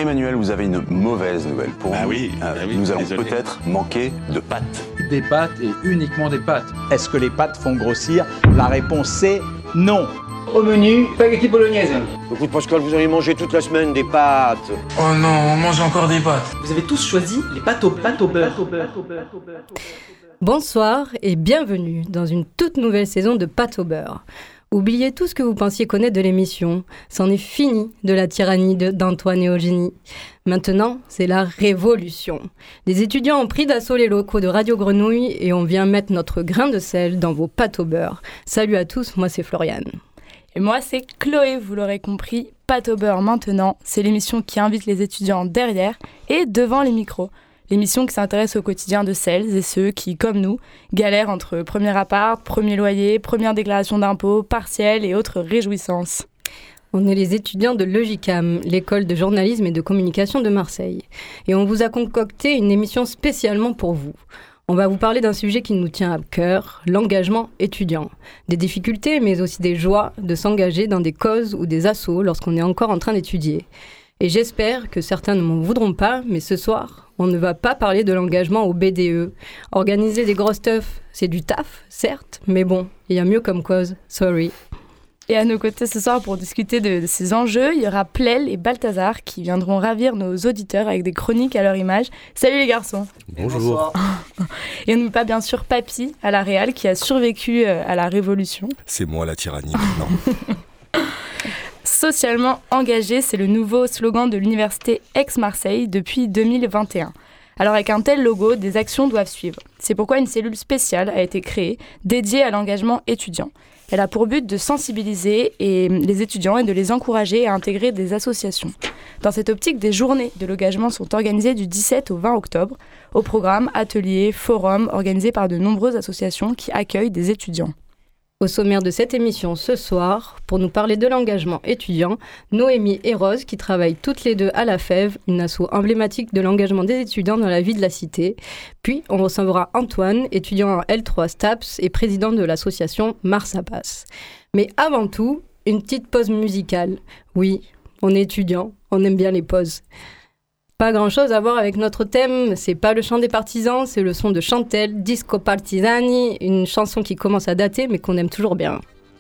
Emmanuel, vous avez une mauvaise nouvelle pour nous. Oui, nous allons désolé. peut-être manquer de pâtes. Des pâtes et uniquement des pâtes. Est-ce que les pâtes font grossir? La réponse c'est non. Au menu, spaghetti bolognaise. Écoute Pascal, vous allez manger toute la semaine des pâtes. Oh non, on mange encore des pâtes. Vous avez tous choisi les pâtes au beurre. Bonsoir et bienvenue dans une toute nouvelle saison de Pâtes au beurre. Oubliez tout ce que vous pensiez connaître de l'émission. C'en est fini de la tyrannie d'Antoine et Eugénie. Maintenant, c'est la révolution. Les étudiants ont pris d'assaut les locaux de Radio Grenouille et on vient mettre notre grain de sel dans vos pâtes au beurre. Salut à tous, moi c'est Floriane. Et moi c'est Chloé, vous l'aurez compris. Pâtes au beurre maintenant, c'est l'émission qui invite les étudiants derrière et devant les micros. L'émission qui s'intéresse au quotidien de celles et ceux qui, comme nous, galèrent entre premier appart, premier loyer, première déclaration d'impôts, partiel et autres réjouissances. On est les étudiants de Logicam, l'école de journalisme et de communication de Marseille. Et on vous a concocté une émission spécialement pour vous. On va vous parler d'un sujet qui nous tient à cœur, l'engagement étudiant. Des difficultés, mais aussi des joies de s'engager dans des causes ou des assos lorsqu'on est encore en train d'étudier. Et j'espère que certains ne m'en voudront pas, mais ce soir, on ne va pas parler de l'engagement au BDE. Organiser des grosses teufs, c'est du taf, certes, mais bon, il y a mieux comme cause, sorry. Et à nos côtés ce soir pour discuter de ces enjeux, il y aura Plel et Balthazar qui viendront ravir nos auditeurs avec des chroniques à leur image. Salut les garçons. Bonjour. Et on n'oublie pas bien sûr Papy à la Réal qui a survécu à la Révolution. C'est moi la tyrannie maintenant. Socialement engagé, c'est le nouveau slogan de l'université Aix-Marseille depuis 2021. Alors avec un tel logo, des actions doivent suivre. C'est pourquoi une cellule spéciale a été créée, dédiée à l'engagement étudiant. Elle a pour but de sensibiliser les étudiants et de les encourager à intégrer des associations. Dans cette optique, des journées de l'engagement sont organisées du 17 au 20 octobre. Au programme, ateliers, forums organisés par de nombreuses associations qui accueillent des étudiants. Au sommaire de cette émission ce soir, pour nous parler de l'engagement étudiant, Noémie et Rose qui travaillent toutes les deux à la FEV, une asso emblématique de l'engagement des étudiants dans la vie de la cité. Puis on recevra Antoine, étudiant en L3 STAPS et président de l'association Mars à Passe. Mais avant tout, une petite pause musicale. Oui, on est étudiant, on aime bien les pauses. Pas grand-chose à voir avec notre thème, c'est pas le chant des partisans, c'est le son de Chantel, Disco Partisani, une chanson qui commence à dater mais qu'on aime toujours bien.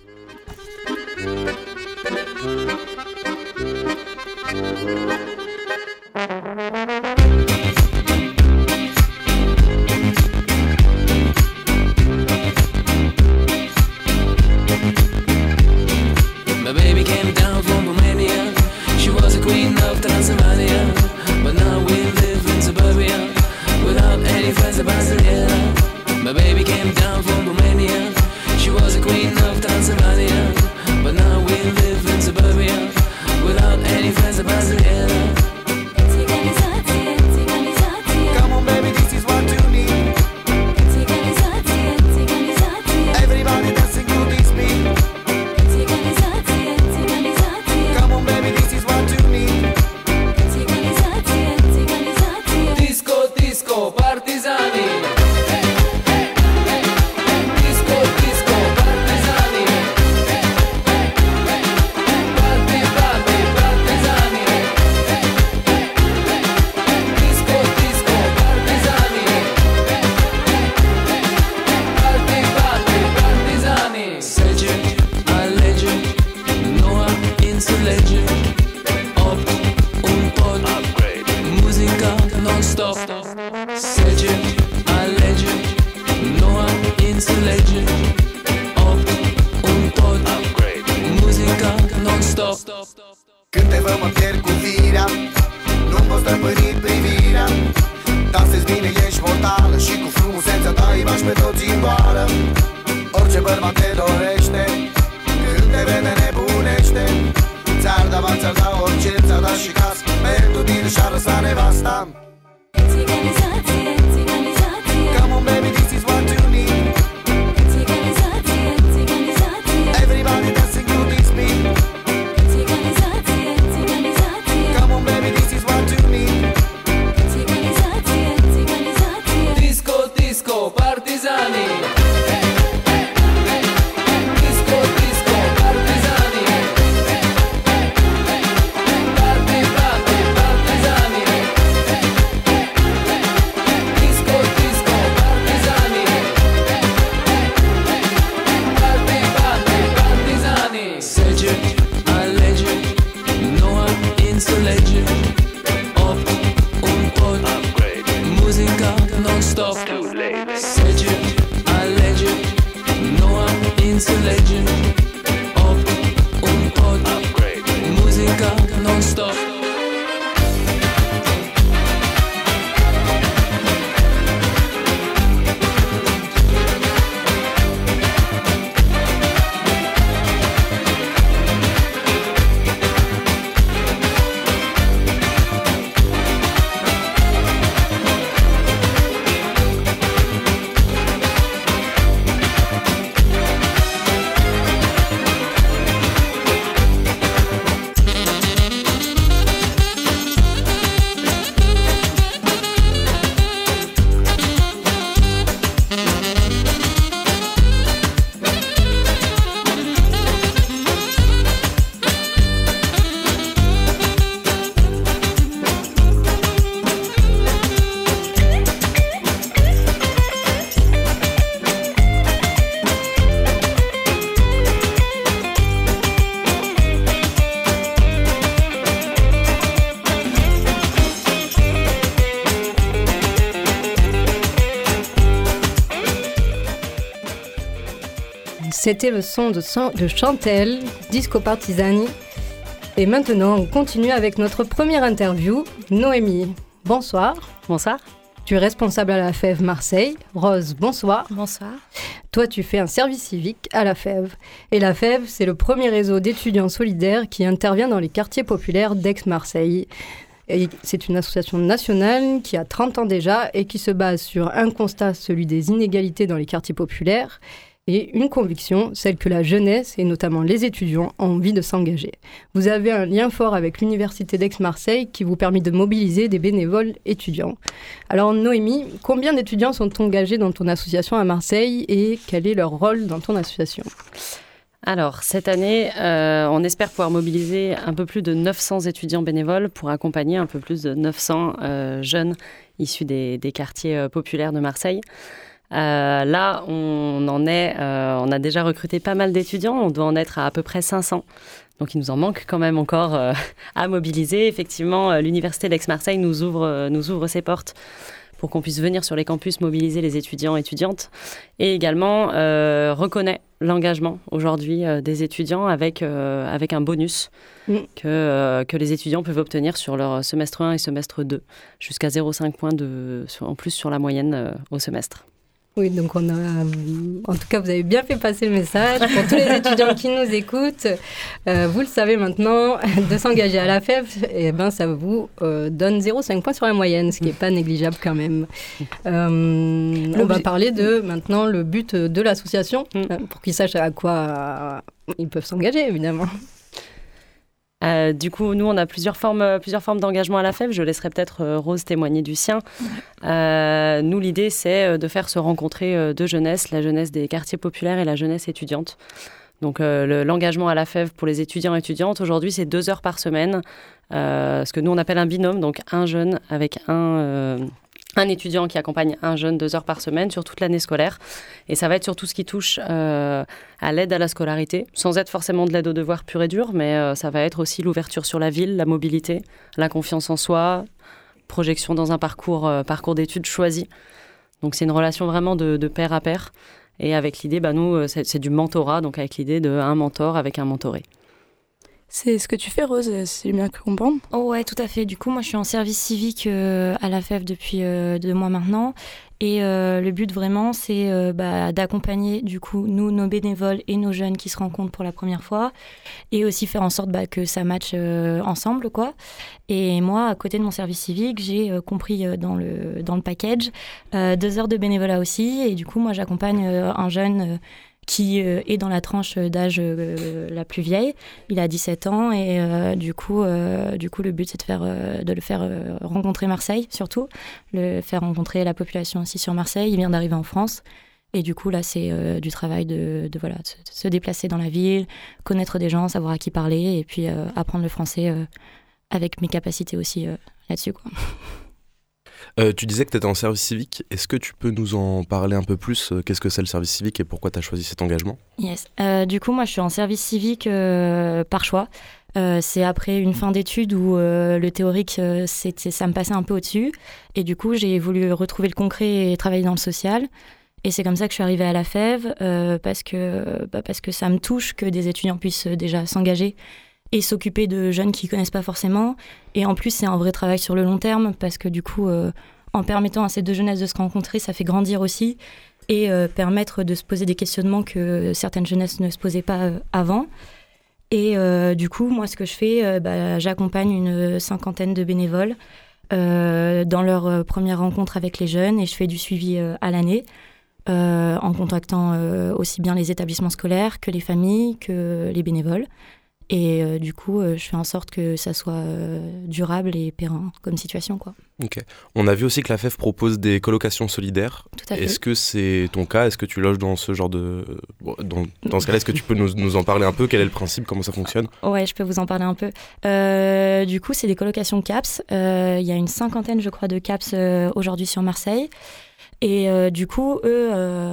My baby came down from Romania, she was a queen of Transylvania. But now we live in suburbia, without any friends of Brasilia. My baby came down from Romania, she was a queen of Transylvania. But now we live in suburbia, without any friends of Brasilia. Come on baby, this is what you need. Everybody dancing to this beat. Come on baby, this is what you need. Disco, disco, partisani. Disco, disco, partisani. Party, party, partisani. Disco, disco, partisani. Party, party, partisani. Sece, alege, Noa, insulege. Op, un pod, musica non-stop. Sece, alege, Noa, insulege. Op, un pod, musica non-stop. Când te văd mă pierd cu firea, nu pot stăpâni privirea. Dansezi bine, ești mortală și cu frumusețea ta îi bași pe toți în goală. Orice bărbat te dorește, când te vede nebunește. Ți-ar da bani, ți-ar da orice, ți-ar da și casă. Merg din și-ar lăsa nevasta. Come on baby, this is what you need. Everybody dancing to this beat. Come on baby, this is what you need. Disco, disco, partisani. Disco, legge, up un po', musica non stop, segge, allegge, no insulegge, up un po', musica non stop. C'était le son de Chantelle, Disco Partisani. Et maintenant, on continue avec notre première interview. Noémie, bonsoir. Bonsoir. Tu es responsable à la FEV Marseille. Rose, bonsoir. Bonsoir. Toi, tu fais un service civique à la FEV. Et la FEV, c'est le premier réseau d'étudiants solidaires qui intervient dans les quartiers populaires d'Aix-Marseille. Et c'est une association nationale qui a 30 ans déjà et qui se base sur un constat, celui des inégalités dans les quartiers populaires, et une conviction, celle que la jeunesse, et notamment les étudiants, ont envie de s'engager. Vous avez un lien fort avec l'Université d'Aix-Marseille qui vous permet de mobiliser des bénévoles étudiants. Alors Noémie, combien d'étudiants sont engagés dans ton association à Marseille et quel est leur rôle dans ton association ? Alors, cette année, on espère pouvoir mobiliser un peu plus de 900 étudiants bénévoles pour accompagner un peu plus de 900 jeunes issus des quartiers populaires de Marseille. Là, on a déjà recruté pas mal d'étudiants, on doit en être à peu près 500. Donc il nous en manque quand même encore à mobiliser. Effectivement, l'Université d'Aix-Marseille nous ouvre ses portes pour qu'on puisse venir sur les campus mobiliser les étudiants et étudiantes. Et également reconnaît l'engagement aujourd'hui des étudiants avec un bonus que les étudiants peuvent obtenir sur leur semestre 1 et semestre 2, jusqu'à 0,5 points en plus sur la moyenne au semestre. Oui, donc en tout cas, vous avez bien fait passer le message. Pour tous les étudiants qui nous écoutent, vous le savez maintenant, de s'engager à la FEV, ça vous donne 0,5 points sur la moyenne, ce qui n'est pas négligeable quand même. On va parler de maintenant le but de l'association, pour qu'ils sachent à quoi ils peuvent s'engager, évidemment. Du coup, nous, on a plusieurs formes d'engagement à la FEV. Je laisserai peut-être Rose témoigner du sien. Nous, l'idée, c'est de faire se rencontrer deux jeunesses, la jeunesse des quartiers populaires et la jeunesse étudiante. Donc, l'engagement à la FEV pour les étudiants et étudiantes, aujourd'hui, c'est 2 heures par semaine. Ce que nous, on appelle un binôme, donc un jeune avec un étudiant qui accompagne un jeune 2 heures par semaine sur toute l'année scolaire. Et ça va être sur tout ce qui touche à l'aide à la scolarité, sans être forcément de l'aide aux devoirs pur et dur, mais ça va être aussi l'ouverture sur la ville, la mobilité, la confiance en soi, projection dans un parcours d'études choisi. Donc c'est une relation vraiment de pair à pair. Et avec l'idée, nous, c'est du mentorat, donc avec l'idée d'un mentor avec un mentoré. C'est ce que tu fais, Rose, si j'ai bien comprendre. Oh ouais, tout à fait. Du coup, moi, je suis en service civique à la FEV depuis 2 mois maintenant. Et le but, vraiment, c'est d'accompagner, du coup, nous, nos bénévoles et nos jeunes qui se rencontrent pour la première fois. Et aussi faire en sorte que ça matche ensemble, quoi. Et moi, à côté de mon service civique, j'ai compris dans le package 2 heures de bénévolat aussi. Et du coup, moi, j'accompagne un jeune qui est dans la tranche d'âge la plus vieille. Il a 17 ans et du coup, le but, c'est de le faire rencontrer Marseille, surtout. Le faire rencontrer la population aussi sur Marseille. Il vient d'arriver en France. Et du coup, là, c'est du travail de se déplacer dans la ville, connaître des gens, savoir à qui parler et puis apprendre le français avec mes capacités aussi là-dessus, quoi. Tu disais que tu étais en service civique. Est-ce que tu peux nous en parler un peu plus ? Qu'est-ce que c'est le service civique et pourquoi tu as choisi cet engagement ? Yes. Du coup, moi, je suis en service civique par choix. C'est après une fin d'études où le théorique, ça me passait un peu au-dessus. Et du coup, j'ai voulu retrouver le concret et travailler dans le social. Et c'est comme ça que je suis arrivée à la FEV, parce que ça me touche que des étudiants puissent déjà s'engager et s'occuper de jeunes qu'ils ne connaissent pas forcément. Et en plus, c'est un vrai travail sur le long terme, parce que du coup, en permettant à ces deux jeunesses de se rencontrer, ça fait grandir aussi et permettre de se poser des questionnements que certaines jeunesses ne se posaient pas avant. Et du coup, moi, ce que je fais, j'accompagne une 50aine de bénévoles dans leur première rencontre avec les jeunes, et je fais du suivi à l'année, en contactant aussi bien les établissements scolaires que les familles, que les bénévoles. Et du coup, je fais en sorte que ça soit durable et périn comme situation, quoi. Ok. On a vu aussi que la FEV propose des colocations solidaires. Tout à fait. Est-ce que c'est ton cas ? Est-ce que tu loges dans ce genre de... Dans ce cas-là, est-ce que tu peux nous en parler un peu ? Quel est le principe ? Comment ça fonctionne ? Ouais, je peux vous en parler un peu. Du coup, c'est des colocations CAPS. Il y a une 50aine, je crois, de CAPS aujourd'hui sur Marseille. Et du coup, eux,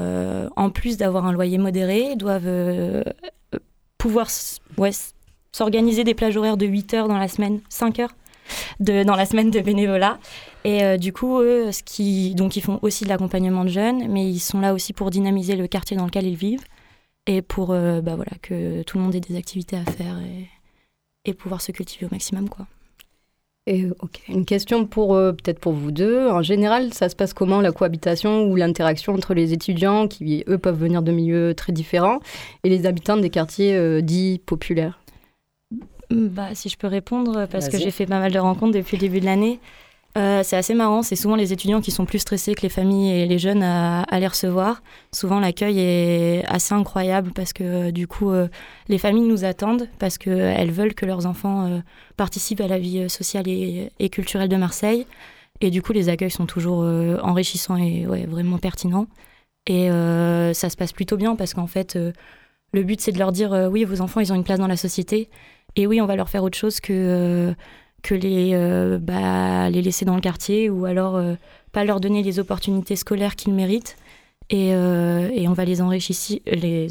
en plus d'avoir un loyer modéré, doivent pouvoir s'organiser des plages horaires de 8 heures dans la semaine, 5 heures dans la semaine de bénévolat. Et du coup, eux, donc ils font aussi de l'accompagnement de jeunes, mais ils sont là aussi pour dynamiser le quartier dans lequel ils vivent et pour que tout le monde ait des activités à faire et pouvoir se cultiver au maximum, quoi. Et, une question peut-être pour vous deux. En général, ça se passe comment, la cohabitation ou l'interaction entre les étudiants qui, eux, peuvent venir de milieux très différents et les habitants des quartiers dits populaires ? Si je peux répondre, parce Vas-y. que j'ai fait pas mal de rencontres depuis le début de l'année. C'est assez marrant, c'est souvent les étudiants qui sont plus stressés que les familles et les jeunes à les recevoir. Souvent l'accueil est assez incroyable parce que du coup les familles nous attendent parce qu'elles veulent que leurs enfants participent à la vie sociale et culturelle de Marseille. Et du coup les accueils sont toujours enrichissants et vraiment pertinents. Et ça se passe plutôt bien parce qu'en fait le but c'est de leur dire oui, vos enfants ils ont une place dans la société et oui, on va leur faire autre chose que les laisser dans le quartier ou alors pas leur donner les opportunités scolaires qu'ils méritent et on va les enrichir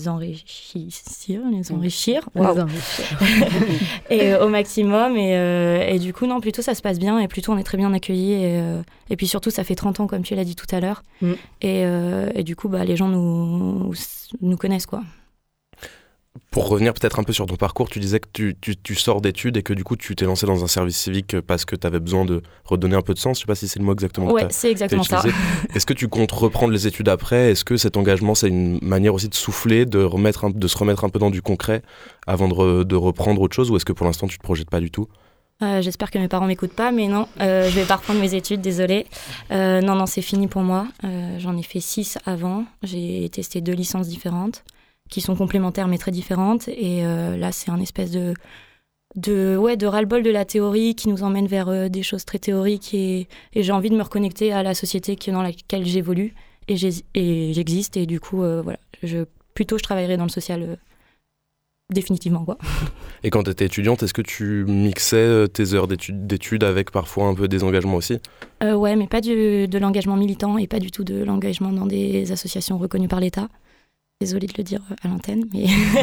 wow. Et au maximum et du coup non, plutôt ça se passe bien et plutôt on est très bien accueillis et puis surtout ça fait 30 ans comme tu l'as dit tout à l'heure et du coup les gens nous connaissent, quoi. Pour revenir peut-être un peu sur ton parcours, tu disais que tu sors d'études et que du coup tu t'es lancé dans un service civique parce que tu avais besoin de redonner un peu de sens. Je sais pas si c'est le mot exactement. Ouais, c'est exactement ça. Est-ce que tu comptes reprendre les études après ? Est-ce que cet engagement, c'est une manière aussi de souffler, de se remettre un peu dans du concret avant de reprendre autre chose, ou est-ce que pour l'instant tu te projettes pas du tout ? J'espère que mes parents m'écoutent pas, mais non, je vais pas reprendre mes études, désolée. Non, c'est fini pour moi. J'en ai fait 6 avant. J'ai testé 2 licences différentes, qui sont complémentaires mais très différentes. Et là, c'est un espèce de ras-le-bol de la théorie qui nous emmène vers des choses très théoriques. Et j'ai envie de me reconnecter à la société dans laquelle j'évolue et j'existe. Et du coup, je travaillerai dans le social définitivement, quoi. Et quand tu étais étudiante, est-ce que tu mixais tes heures d'études avec parfois un peu des engagements aussi ? Ouais, mais pas de l'engagement militant et pas du tout de l'engagement dans des associations reconnues par l'État. Désolée de le dire à l'antenne, mais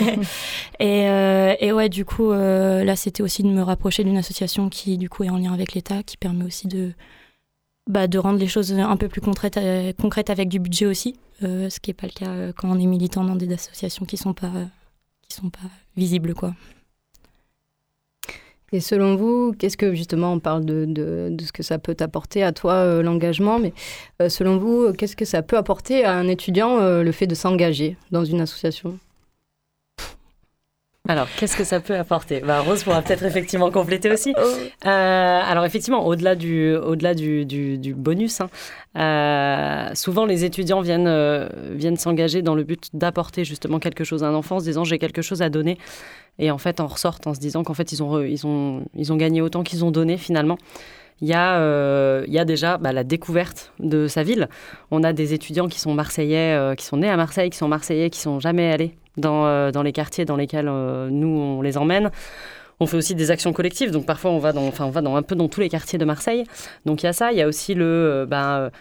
et ouais, du coup, là, c'était aussi de me rapprocher d'une association qui, du coup, est en lien avec l'État, qui permet aussi de rendre les choses un peu plus concrètes avec du budget aussi, ce qui n'est pas le cas quand on est militant dans des associations qui sont pas visibles, quoi. Et selon vous, qu'est-ce que, justement, on parle de ce que ça peut t'apporter à toi, l'engagement, mais selon vous, qu'est-ce que ça peut apporter à un étudiant, le fait de s'engager dans une association ? Alors, qu'est-ce que ça peut apporter ? Rose pourra peut-être effectivement compléter aussi. Alors, effectivement, au-delà du bonus, souvent les étudiants viennent s'engager dans le but d'apporter justement quelque chose à un enfant en se disant j'ai quelque chose à donner. Et en fait, en ressortent en se disant qu'en fait, ils ont gagné autant qu'ils ont donné finalement. Il y a déjà la découverte de sa ville. On a des étudiants qui sont marseillais, qui sont nés à Marseille, qui sont marseillais, qui sont jamais allés dans les quartiers dans lesquels nous, on les emmène. On fait aussi des actions collectives, donc parfois on va un peu dans tous les quartiers de Marseille. Donc il y a ça, il y a aussi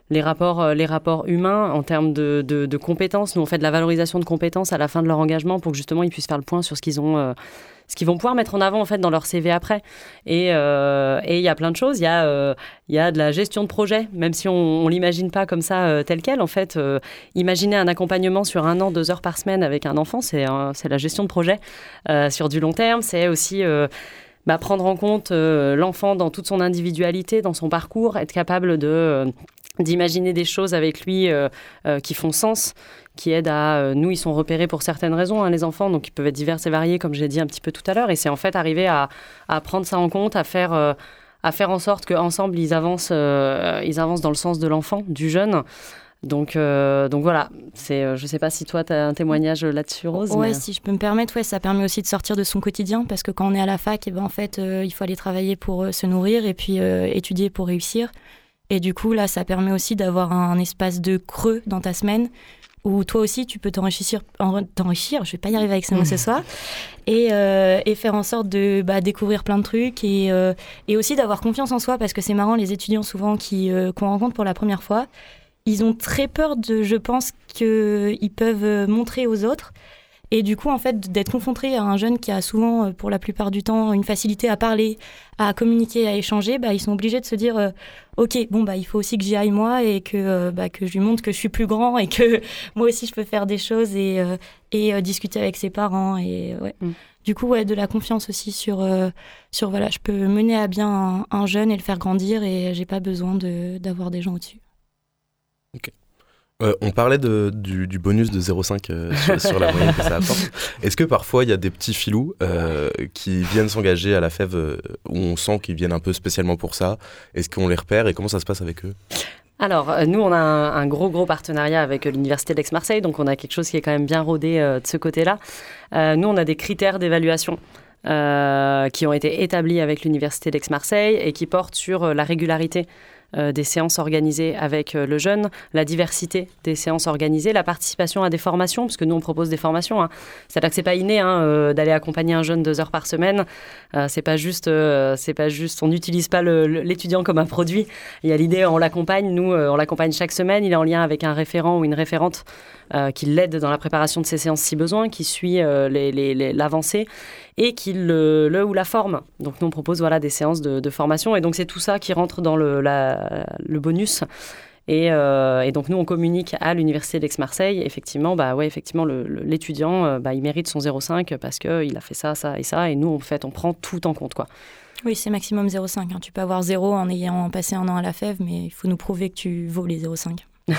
les rapports humains en termes de compétences. Nous, on fait de la valorisation de compétences à la fin de leur engagement pour que justement ils puissent faire le point sur ce qu'ils vont pouvoir mettre en avant en fait dans leur CV après. Et il y a plein de choses. Il y a de la gestion de projet, même si on l'imagine pas comme ça tel quel. En fait, imaginer un accompagnement sur 1 an, 2 heures par semaine avec un enfant, c'est la gestion de projet sur du long terme. C'est aussi prendre en compte l'enfant dans toute son individualité, dans son parcours, être capable d'imaginer des choses avec lui qui font sens, qui aident à... nous, ils sont repérés pour certaines raisons, les enfants, donc ils peuvent être divers et variés, comme j'ai dit un petit peu tout à l'heure. Et c'est en fait arriver à prendre ça en compte, à faire en sorte qu'ensemble, ils avancent dans le sens de l'enfant, du jeune. Donc voilà, je ne sais pas si toi, tu as un témoignage là-dessus, Rose. Ouais, si je peux me permettre, ça permet aussi de sortir de son quotidien, parce que quand on est à la fac, en fait, il faut aller travailler pour se nourrir et puis étudier pour réussir. Et du coup, là, ça permet aussi d'avoir un espace de creux dans ta semaine où toi aussi, tu peux t'enrichir, je vais pas y arriver avec ce mot ce soir, et faire en sorte de découvrir plein de trucs et aussi d'avoir confiance en soi, parce que c'est marrant, les étudiants souvent qu'on rencontre pour la première fois, ils ont très peur je pense qu'ils peuvent montrer aux autres. Et du coup, en fait, d'être confronté à un jeune qui a souvent, pour la plupart du temps, une facilité à parler, à communiquer, à échanger, ils sont obligés de se dire ok, il faut aussi que j'y aille moi et que je lui montre que je suis plus grand et que moi aussi je peux faire des choses et discuter avec ses parents. Et ouais. Du coup, de la confiance aussi sur je peux mener à bien un jeune et le faire grandir et j'ai pas besoin d'avoir des gens au-dessus. Ok. On parlait du bonus de 0,5 sur la moyenne que ça apporte. Est-ce que parfois il y a des petits filous qui viennent s'engager à la FEV où on sent qu'ils viennent un peu spécialement pour ça? Est-ce qu'on les repère et comment ça se passe avec eux? Alors, nous, on a un gros partenariat avec l'Université d'Aix-Marseille, donc on a quelque chose qui est quand même bien rodé de ce côté-là. Nous, on a des critères d'évaluation qui ont été établis avec l'Université d'Aix-Marseille et qui portent sur la régularité des séances organisées avec le jeune, la diversité des séances organisées, la participation à des formations, parce que nous on propose des formations. C'est-à-dire que c'est pas inné d'aller accompagner un jeune 2 heures par semaine. C'est pas juste, on n'utilise pas l'étudiant comme un produit. Il y a l'idée, on l'accompagne, on l'accompagne chaque semaine. Il est en lien avec un référent ou une référente qui l'aide dans la préparation de ses séances si besoin, qui suit l'avancée et qui le ou la forme. Donc nous on propose des séances de formation et donc c'est tout ça qui rentre dans le bonus. Et donc nous on communique à l'Université d'Aix-Marseille. Effectivement, l'étudiant il mérite son 0,5 parce qu'il a fait ça, ça et ça. Et nous on prend tout en compte, quoi. Oui, c'est maximum 0,5. Tu peux avoir 0 en ayant passé 1 an à la FEV, mais il faut nous prouver que tu vaux les 0,5.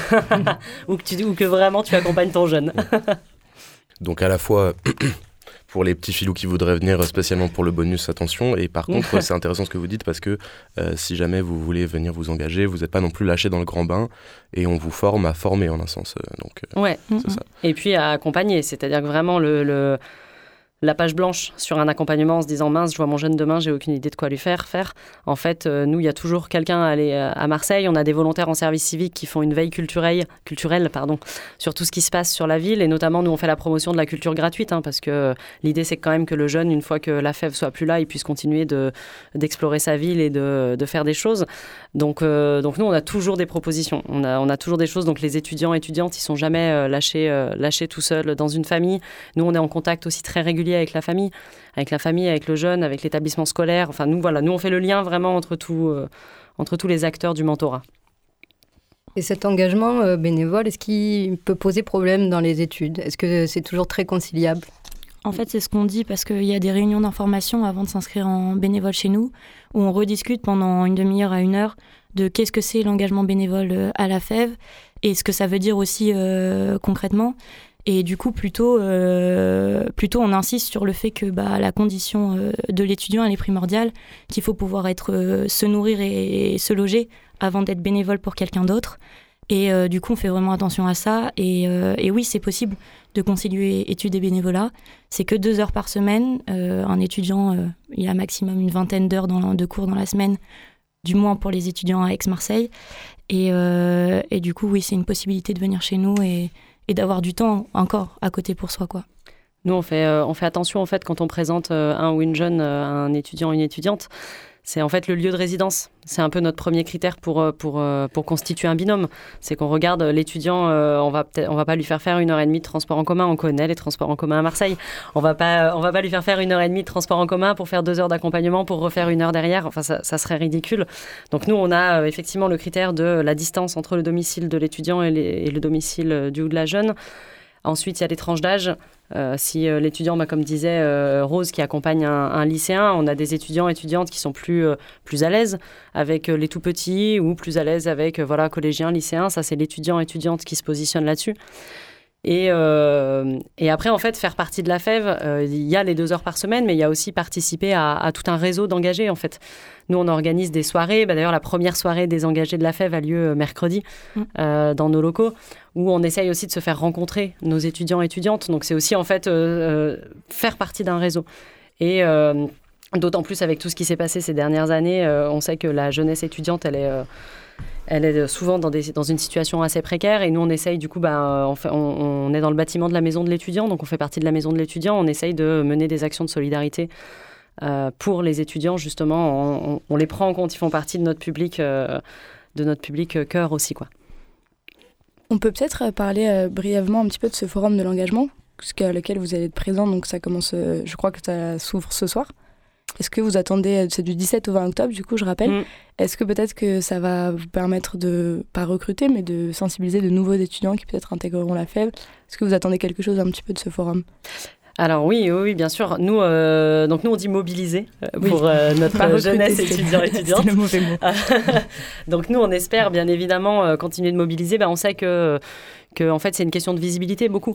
ou que vraiment tu accompagnes ton jeune. Donc à la fois pour les petits filous qui voudraient venir spécialement pour le bonus, attention. Et par contre, c'est intéressant ce que vous dites parce que si jamais vous voulez venir vous engager, vous n'êtes pas non plus lâché dans le grand bain et on vous forme à former en un sens. Ouais. C'est ça. Et puis à accompagner, c'est-à-dire que vraiment la page blanche sur un accompagnement en se disant mince, je vois mon jeune demain, j'ai aucune idée de quoi lui faire. En fait, nous, il y a toujours quelqu'un à Marseille. On a des volontaires en service civique qui font une veille culturelle sur tout ce qui se passe sur la ville. Et notamment, nous, on fait la promotion de la culture gratuite parce que l'idée, c'est quand même que le jeune, une fois que la FEV soit plus là, il puisse continuer d'explorer sa ville et de faire des choses. Donc nous, on a toujours des propositions. On a toujours des choses. Donc les étudiantes, ils sont jamais lâchés tout seuls dans une famille. Nous, on est en contact aussi très régulier avec la famille, avec le jeune, avec l'établissement scolaire. Enfin, nous, on fait le lien vraiment entre tous les acteurs du mentorat. Et cet engagement bénévole, est-ce qu'il peut poser problème dans les études? Est-ce que c'est toujours très conciliable? En fait, c'est ce qu'on dit parce qu'il y a des réunions d'information avant de s'inscrire en bénévole chez nous, où on rediscute pendant une demi-heure à 1 heure de qu'est-ce que c'est l'engagement bénévole à la FEV et ce que ça veut dire aussi concrètement. Et du coup, plutôt on insiste sur le fait que la condition de l'étudiant, elle est primordiale, qu'il faut pouvoir se nourrir et se loger avant d'être bénévole pour quelqu'un d'autre. Et du coup, on fait vraiment attention à ça. Et oui, c'est possible de concilier études et bénévolat. C'est que 2 heures par semaine. Un étudiant, il a maximum une 20aine d'heures de cours dans la semaine, du moins pour les étudiants à Aix-Marseille. Et du coup, oui, c'est une possibilité de venir chez nous et d'avoir du temps encore à côté pour soi, quoi. Nous, on fait attention, en fait, quand on présente un ou une jeune, un étudiant, une étudiante. c'est en fait le lieu de résidence. C'est un peu notre premier critère pour constituer un binôme. C'est qu'on regarde l'étudiant, on va pas lui faire 1h30 de transport en commun. On connaît les transports en commun à Marseille. On va pas lui faire 1h30 de transport en commun pour faire 2 heures d'accompagnement pour refaire 1 heure derrière. Enfin, ça serait ridicule. Donc nous, on a effectivement le critère de la distance entre le domicile de l'étudiant et le domicile du ou de la jeune. Ensuite, il y a les tranches d'âge. Si l'étudiant, comme disait Rose, qui accompagne un lycéen, on a des étudiantes qui sont plus à l'aise avec les tout petits ou plus à l'aise avec collégiens, lycéens. Ça, c'est l'étudiante qui se positionne là-dessus. Et après, en fait, faire partie de la FEV, il y a les 2 heures par semaine, mais il y a aussi participer à tout un réseau d'engagés, en fait. Nous, on organise des soirées. D'ailleurs, la première soirée des engagés de la FEV a lieu mercredi dans nos locaux, où on essaye aussi de se faire rencontrer nos étudiants et étudiantes. Donc, c'est aussi, en fait, faire partie d'un réseau. Et d'autant plus avec tout ce qui s'est passé ces dernières années, on sait que la jeunesse étudiante, elle est souvent dans une situation assez précaire, et nous on essaye du coup, on est dans le bâtiment de la maison de l'étudiant, donc on fait partie de la maison de l'étudiant, on essaye de mener des actions de solidarité pour les étudiants, justement, on les prend en compte, ils font partie de notre public cœur aussi, quoi. On peut peut-être parler brièvement un petit peu de ce forum de l'engagement, jusqu'à lequel vous allez être présent, donc ça commence, je crois que ça s'ouvre ce soir. Est-ce que vous attendez, c'est du 17 au 20 octobre, du coup, je rappelle. Est-ce que peut-être que ça va vous permettre de, pas recruter, mais de sensibiliser de nouveaux étudiants qui peut-être intégreront la FEV? Est-ce que vous attendez quelque chose un petit peu de ce forum? Alors oui, bien sûr. Nous, on dit mobiliser pour notre jeunesse étudiante. C'est le mauvais mot. Donc nous, on espère bien évidemment continuer de mobiliser. On sait que en fait, c'est une question de visibilité, beaucoup.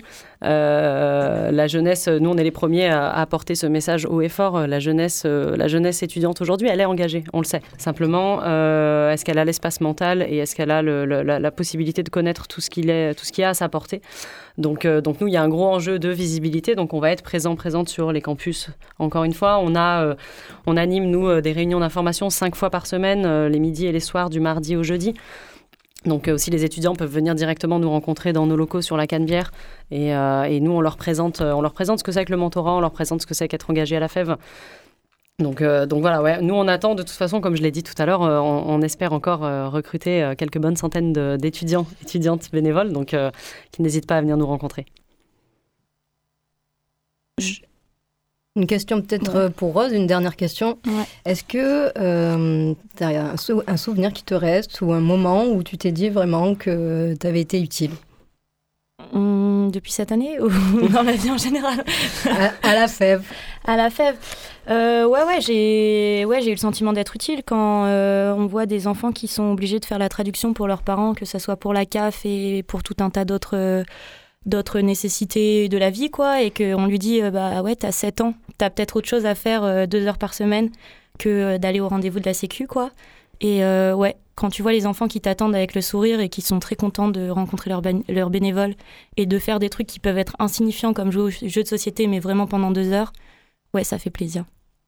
La jeunesse, nous, on est les premiers à porter ce message haut et fort. La jeunesse étudiante aujourd'hui, elle est engagée, on le sait. Simplement, est-ce qu'elle a l'espace mental et est-ce qu'elle a la possibilité de connaître tout ce qu'il y a à sa portée? Donc nous, il y a un gros enjeu de visibilité. Donc, on va être présente sur les campus. Encore une fois, on anime, nous, des réunions d'information 5 fois par semaine, les midis et les soirs, du mardi au jeudi. Donc aussi, les étudiants peuvent venir directement nous rencontrer dans nos locaux sur la Canebière. Et nous, on leur présente ce que c'est que le mentorat, on leur présente ce que c'est qu'être engagé à la FEV. Donc voilà, ouais. Nous, on attend de toute façon, comme je l'ai dit tout à l'heure, on espère encore recruter quelques bonnes centaines étudiantes bénévoles, donc qui n'hésitent pas à venir nous rencontrer. Une question peut-être pour Rose, une dernière question. Ouais. Est-ce que tu as un souvenir qui te reste ou un moment où tu t'es dit vraiment que tu avais été utile? Depuis cette année ou dans la vie en général? À la FEV. À la FEV. J'ai eu le sentiment d'être utile quand on voit des enfants qui sont obligés de faire la traduction pour leurs parents, que ce soit pour la CAF et pour tout un tas d'autres nécessités de la vie, quoi, et qu'on lui dit t'as 7 ans, t'as peut-être autre chose à faire 2 heures par semaine que d'aller au rendez-vous de la Sécu, quoi. Et quand tu vois les enfants qui t'attendent avec le sourire et qui sont très contents de rencontrer leurs bénévoles et de faire des trucs qui peuvent être insignifiants comme jouer aux jeux de société, mais vraiment pendant 2 heures, ça fait plaisir.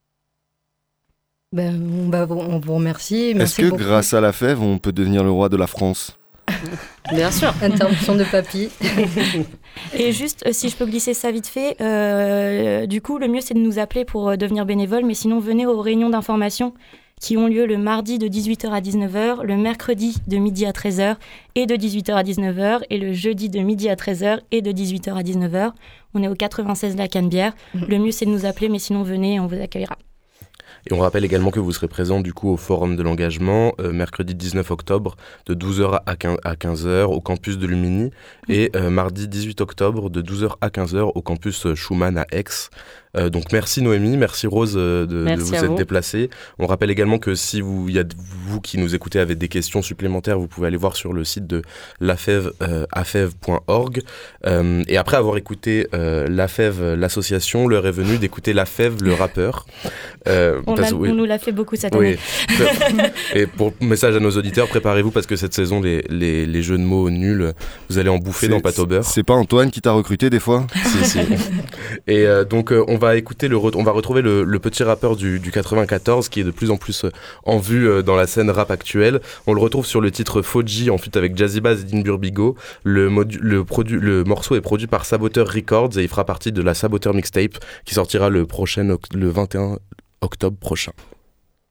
On vous remercie. Est-ce que grâce à la FEV, on peut devenir le roi de la France? Bien sûr. Interruption de papy. Et juste, si je peux glisser ça vite fait, du coup, le mieux, c'est de nous appeler pour devenir bénévole, mais sinon, venez aux réunions d'information qui ont lieu le mardi de 18h à 19h, le mercredi de midi à 13h et de 18h à 19h, et le jeudi de midi à 13h et de 18h à 19h. On est au 96 de la Canebière. Le mieux, c'est de nous appeler, mais sinon, venez, on vous accueillera. Et on rappelle également que vous serez présent du coup au Forum de l'engagement mercredi 19 octobre de 12h à 15h au campus de Lumini et mardi 18 octobre de 12h à 15h au campus Schumann à Aix. Donc merci Noémie, merci Rose de vous être déplacée. On rappelle également que si vous qui nous écoutez avez des questions supplémentaires, vous pouvez aller voir sur le site de l'AFEV, afev.org. Et après avoir écouté l'AFEV, l'association, l'heure est venue d'écouter l'AFEV, le rappeur. On nous l'a fait beaucoup cette année. Et pour message à nos auditeurs, préparez-vous parce que cette saison, les jeux de mots nuls, vous allez en bouffer dans pâte au beurre. C'est pas Antoine qui t'a recruté des fois? Si. Et donc on va retrouver le petit rappeur du 94 qui est de plus en plus en vue dans la scène rap actuelle. On le retrouve sur le titre Foji en feat avec Jazzy Bass et Dean Burbigo. Le morceau est produit par Saboteur Records et il fera partie de la Saboteur Mixtape qui sortira le 21 octobre prochain.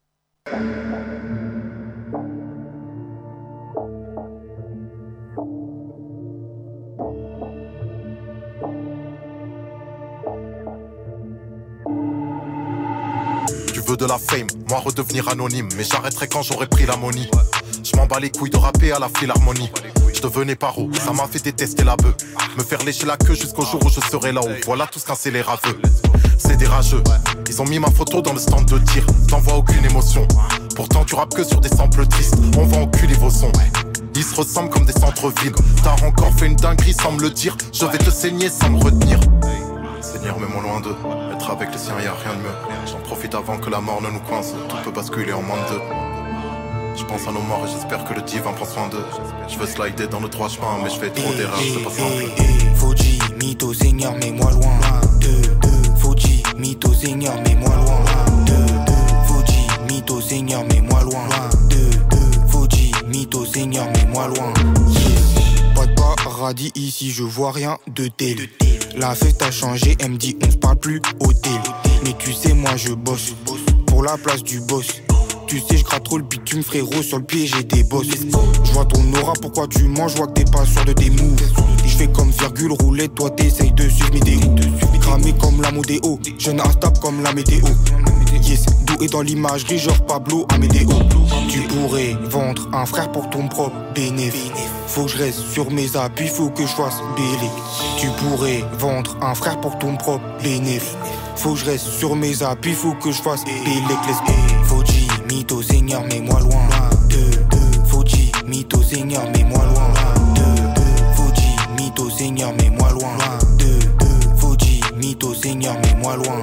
Tu veux de la fame, moi redevenir anonyme, mais j'arrêterai quand j'aurai pris l'ammonie. Je m'en bats les couilles de rapper à la philharmonie. Je devenais paro, ça m'a fait détester la bœuf. Me faire lécher la queue jusqu'au jour où je serai là-haut. Voilà tout ce qu'un scélérat veut. C'est des rageux, ils ont mis ma photo dans le stand de tir. T'en vois aucune émotion, pourtant tu rappes que sur des samples tristes. On va enculer vos sons, ils se ressemblent comme des centres-villes. T'as encore fait une dinguerie sans me le dire. Je vais te saigner sans me retenir. Seigneur, mets-moi loin d'eux. Être avec les siens, y'a rien de mieux. J'en profite avant que la mort ne nous coince. Tout peut basculer en moins de deux. Je pense à nos morts et j'espère que le divin prend soin d'eux. Je veux slider dans le droit chemin, mais je fais trop d'erreurs, c'est pas simple. Fauji, mytho, Seigneur, mets-moi loin. Fauji, mytho, Seigneur, mets-moi loin. Fauji, mytho, Seigneur, mets-moi loin. Fauji, mytho, Seigneur, mets-moi loin. Pas de paradis ici, je vois rien de tel. La fête a changé, elle me dit on se parle plus hôtel. Mais tu sais moi je bosse pour la place du boss. Tu sais je gratte trop le bitume frérot, sur le pied j'ai des bosses. Je vois ton aura, pourquoi tu mens, je vois que t'es pas sûr de tes moves. Je fais comme virgule roulette, toi t'essayes de suivre mes déos. Cramé comme la modéo, jeune instable comme la météo. Yes, doué dans l'imagerie genre Pablo Amédéo. Tu pourrais vendre un frère pour ton propre bénéfice. Faut que je reste sur mes appuis, faut que je fasse bélé. Tu pourrais vendre un frère pour ton propre bénéfice. Faut que je reste sur mes appuis, faut que je fasse bélé. Fauji, mytho, Seigneur, mets-moi loin. Fauji, mytho, Seigneur, mets-moi loin. Fauji, mytho, Seigneur, mets-moi loin. Fauji, mytho, Seigneur, mets-moi loin.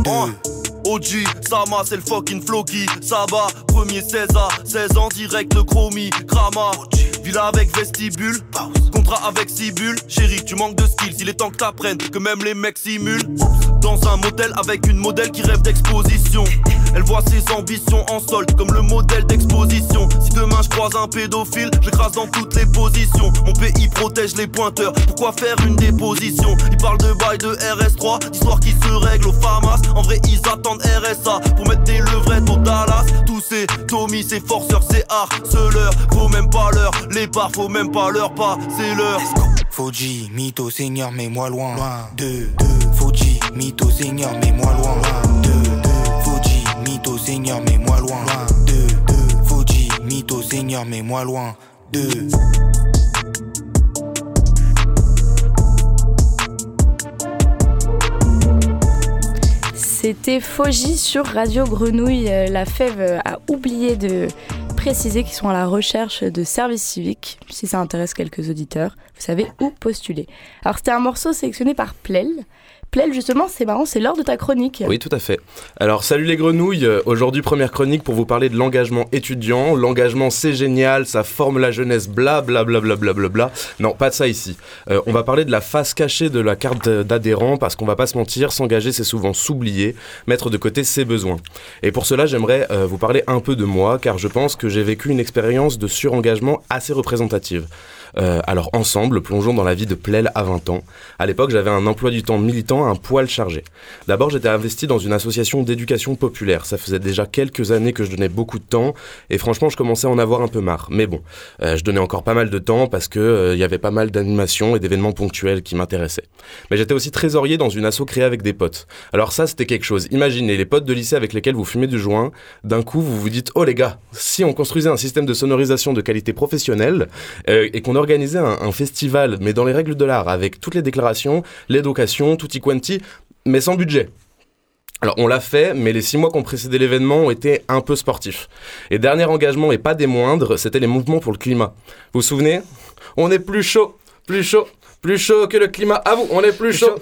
OG, Sama c'est le fucking Floki, Saba, premier 16 ans direct le chromie, Grama, villa avec vestibule, contrat avec Cibule, chérie tu manques de skills, il est temps que t'apprennes que même les mecs simulent. Dans un motel avec une modèle qui rêve d'exposition, elle voit ses ambitions en solde comme le modèle d'exposition. Si demain je croise un pédophile, je l'écrase dans toutes les positions. Mon pays protège les pointeurs, pourquoi faire une déposition? Ils parlent de bail de RS3, d'histoire qui se règle aux FAMAS. En vrai ils attendent RSA pour mettre des levrettes au Dallas. Tous ces Tommy, ces forceurs, ces harceleurs, faut même pas leur les barres, faut même pas leur pas, c'est leur. Fauji, mytho, Seigneur, mets-moi loin. Fauji, mytho, Seigneur, mets-moi loin. Fauji, mytho, Seigneur, mets-moi loin. Fauji, mytho, Seigneur, mets-moi loin. C'était Fauji sur Radio Grenouille. La Fève a oublié de préciser qu'ils sont à la recherche de services civiques. Si ça intéresse quelques auditeurs, vous savez où postuler. Alors c'était un morceau sélectionné par Plel. Plel, justement, c'est marrant, c'est l'heure de ta chronique. Oui, tout à fait. Alors, salut les grenouilles. Aujourd'hui, première chronique pour vous parler de l'engagement étudiant. L'engagement, c'est génial, ça forme la jeunesse, bla bla bla bla bla bla bla. Non, pas de ça ici. On va parler de la face cachée de la carte d'adhérent, parce qu'on va pas se mentir, s'engager, c'est souvent s'oublier, mettre de côté ses besoins. Et pour cela, j'aimerais vous parler un peu de moi, car je pense que j'ai vécu une expérience de surengagement assez représentative. Alors ensemble, plongeons dans la vie de Plel à 20 ans. À l'époque, j'avais un emploi du temps militant un poil chargé. D'abord, j'étais investi dans une association d'éducation populaire. Ça faisait déjà quelques années que je donnais beaucoup de temps et franchement, je commençais à en avoir un peu marre. Mais bon, je donnais encore pas mal de temps parce que y avait pas mal d'animations et d'événements ponctuels qui m'intéressaient. Mais j'étais aussi trésorier dans une asso créée avec des potes. Alors ça, c'était quelque chose. Imaginez les potes de lycée avec lesquels vous fumez du joint. D'un coup, vous vous dites « Oh les gars, si on construisait un système de sonorisation de qualité professionnelle et qu'on organisait un festival, mais dans les règles de l'art, avec toutes les déclarations, l'éducation, tutti quanti, mais sans budget. » Alors on l'a fait, mais les 6 mois qui ont précédé l'événement ont été un peu sportifs. Et dernier engagement, et pas des moindres, c'était les mouvements pour le climat. Vous vous souvenez ? On est plus chaud que le climat. Ah vous, on est plus chaud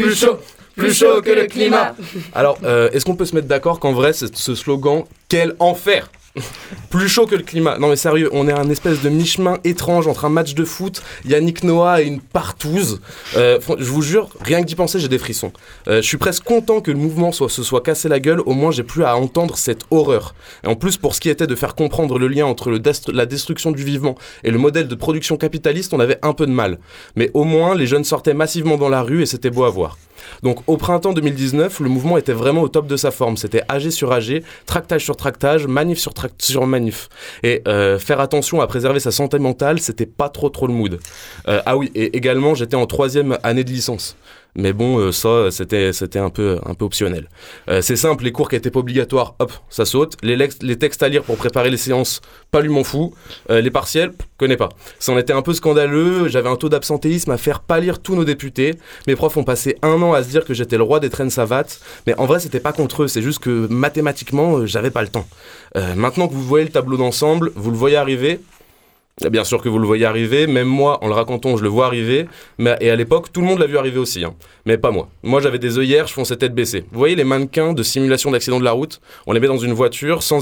que le climat. Alors, est-ce qu'on peut se mettre d'accord qu'en vrai, ce slogan, quel enfer ? Plus chaud que le climat. Non mais sérieux, on est à un espèce de mi-chemin étrange entre un match de foot, Yannick Noah et une partouze. Je vous jure, rien que d'y penser, j'ai des frissons. Je suis presque content que le mouvement se soit cassé la gueule, au moins j'ai plus à entendre cette horreur. Et en plus, pour ce qui était de faire comprendre le lien entre la destruction du vivant et le modèle de production capitaliste, on avait un peu de mal. Mais au moins, les jeunes sortaient massivement dans la rue et c'était beau à voir. Donc au printemps 2019, le mouvement était vraiment au top de sa forme. C'était AG sur AG, tractage sur tractage, manif sur manif. Et faire attention à préserver sa santé mentale, c'était pas trop le mood. Ah oui, et également j'étais en 3e année de licence. Mais bon, ça, c'était un peu optionnel. C'est simple, les cours qui n'étaient pas obligatoires, hop, ça saute. Les textes à lire pour préparer les séances, pas lui m'en fous. Les partiels, connais pas. Ça en était un peu scandaleux, j'avais un taux d'absentéisme à faire pas lire tous nos députés. Mes profs ont passé 1 an à se dire que j'étais le roi des traînes savates. Mais en vrai, c'était pas contre eux, c'est juste que mathématiquement, j'avais pas le temps. Maintenant que vous voyez le tableau d'ensemble, vous le voyez arriver. Bien sûr que vous le voyez arriver, même moi, en le racontant, je le vois arriver. Et à l'époque, tout le monde l'a vu arriver aussi, hein. Mais pas moi. Moi, j'avais des œillères, je fonçais tête baissée. Vous voyez les mannequins de simulation d'accident de la route ? On les met dans une voiture sans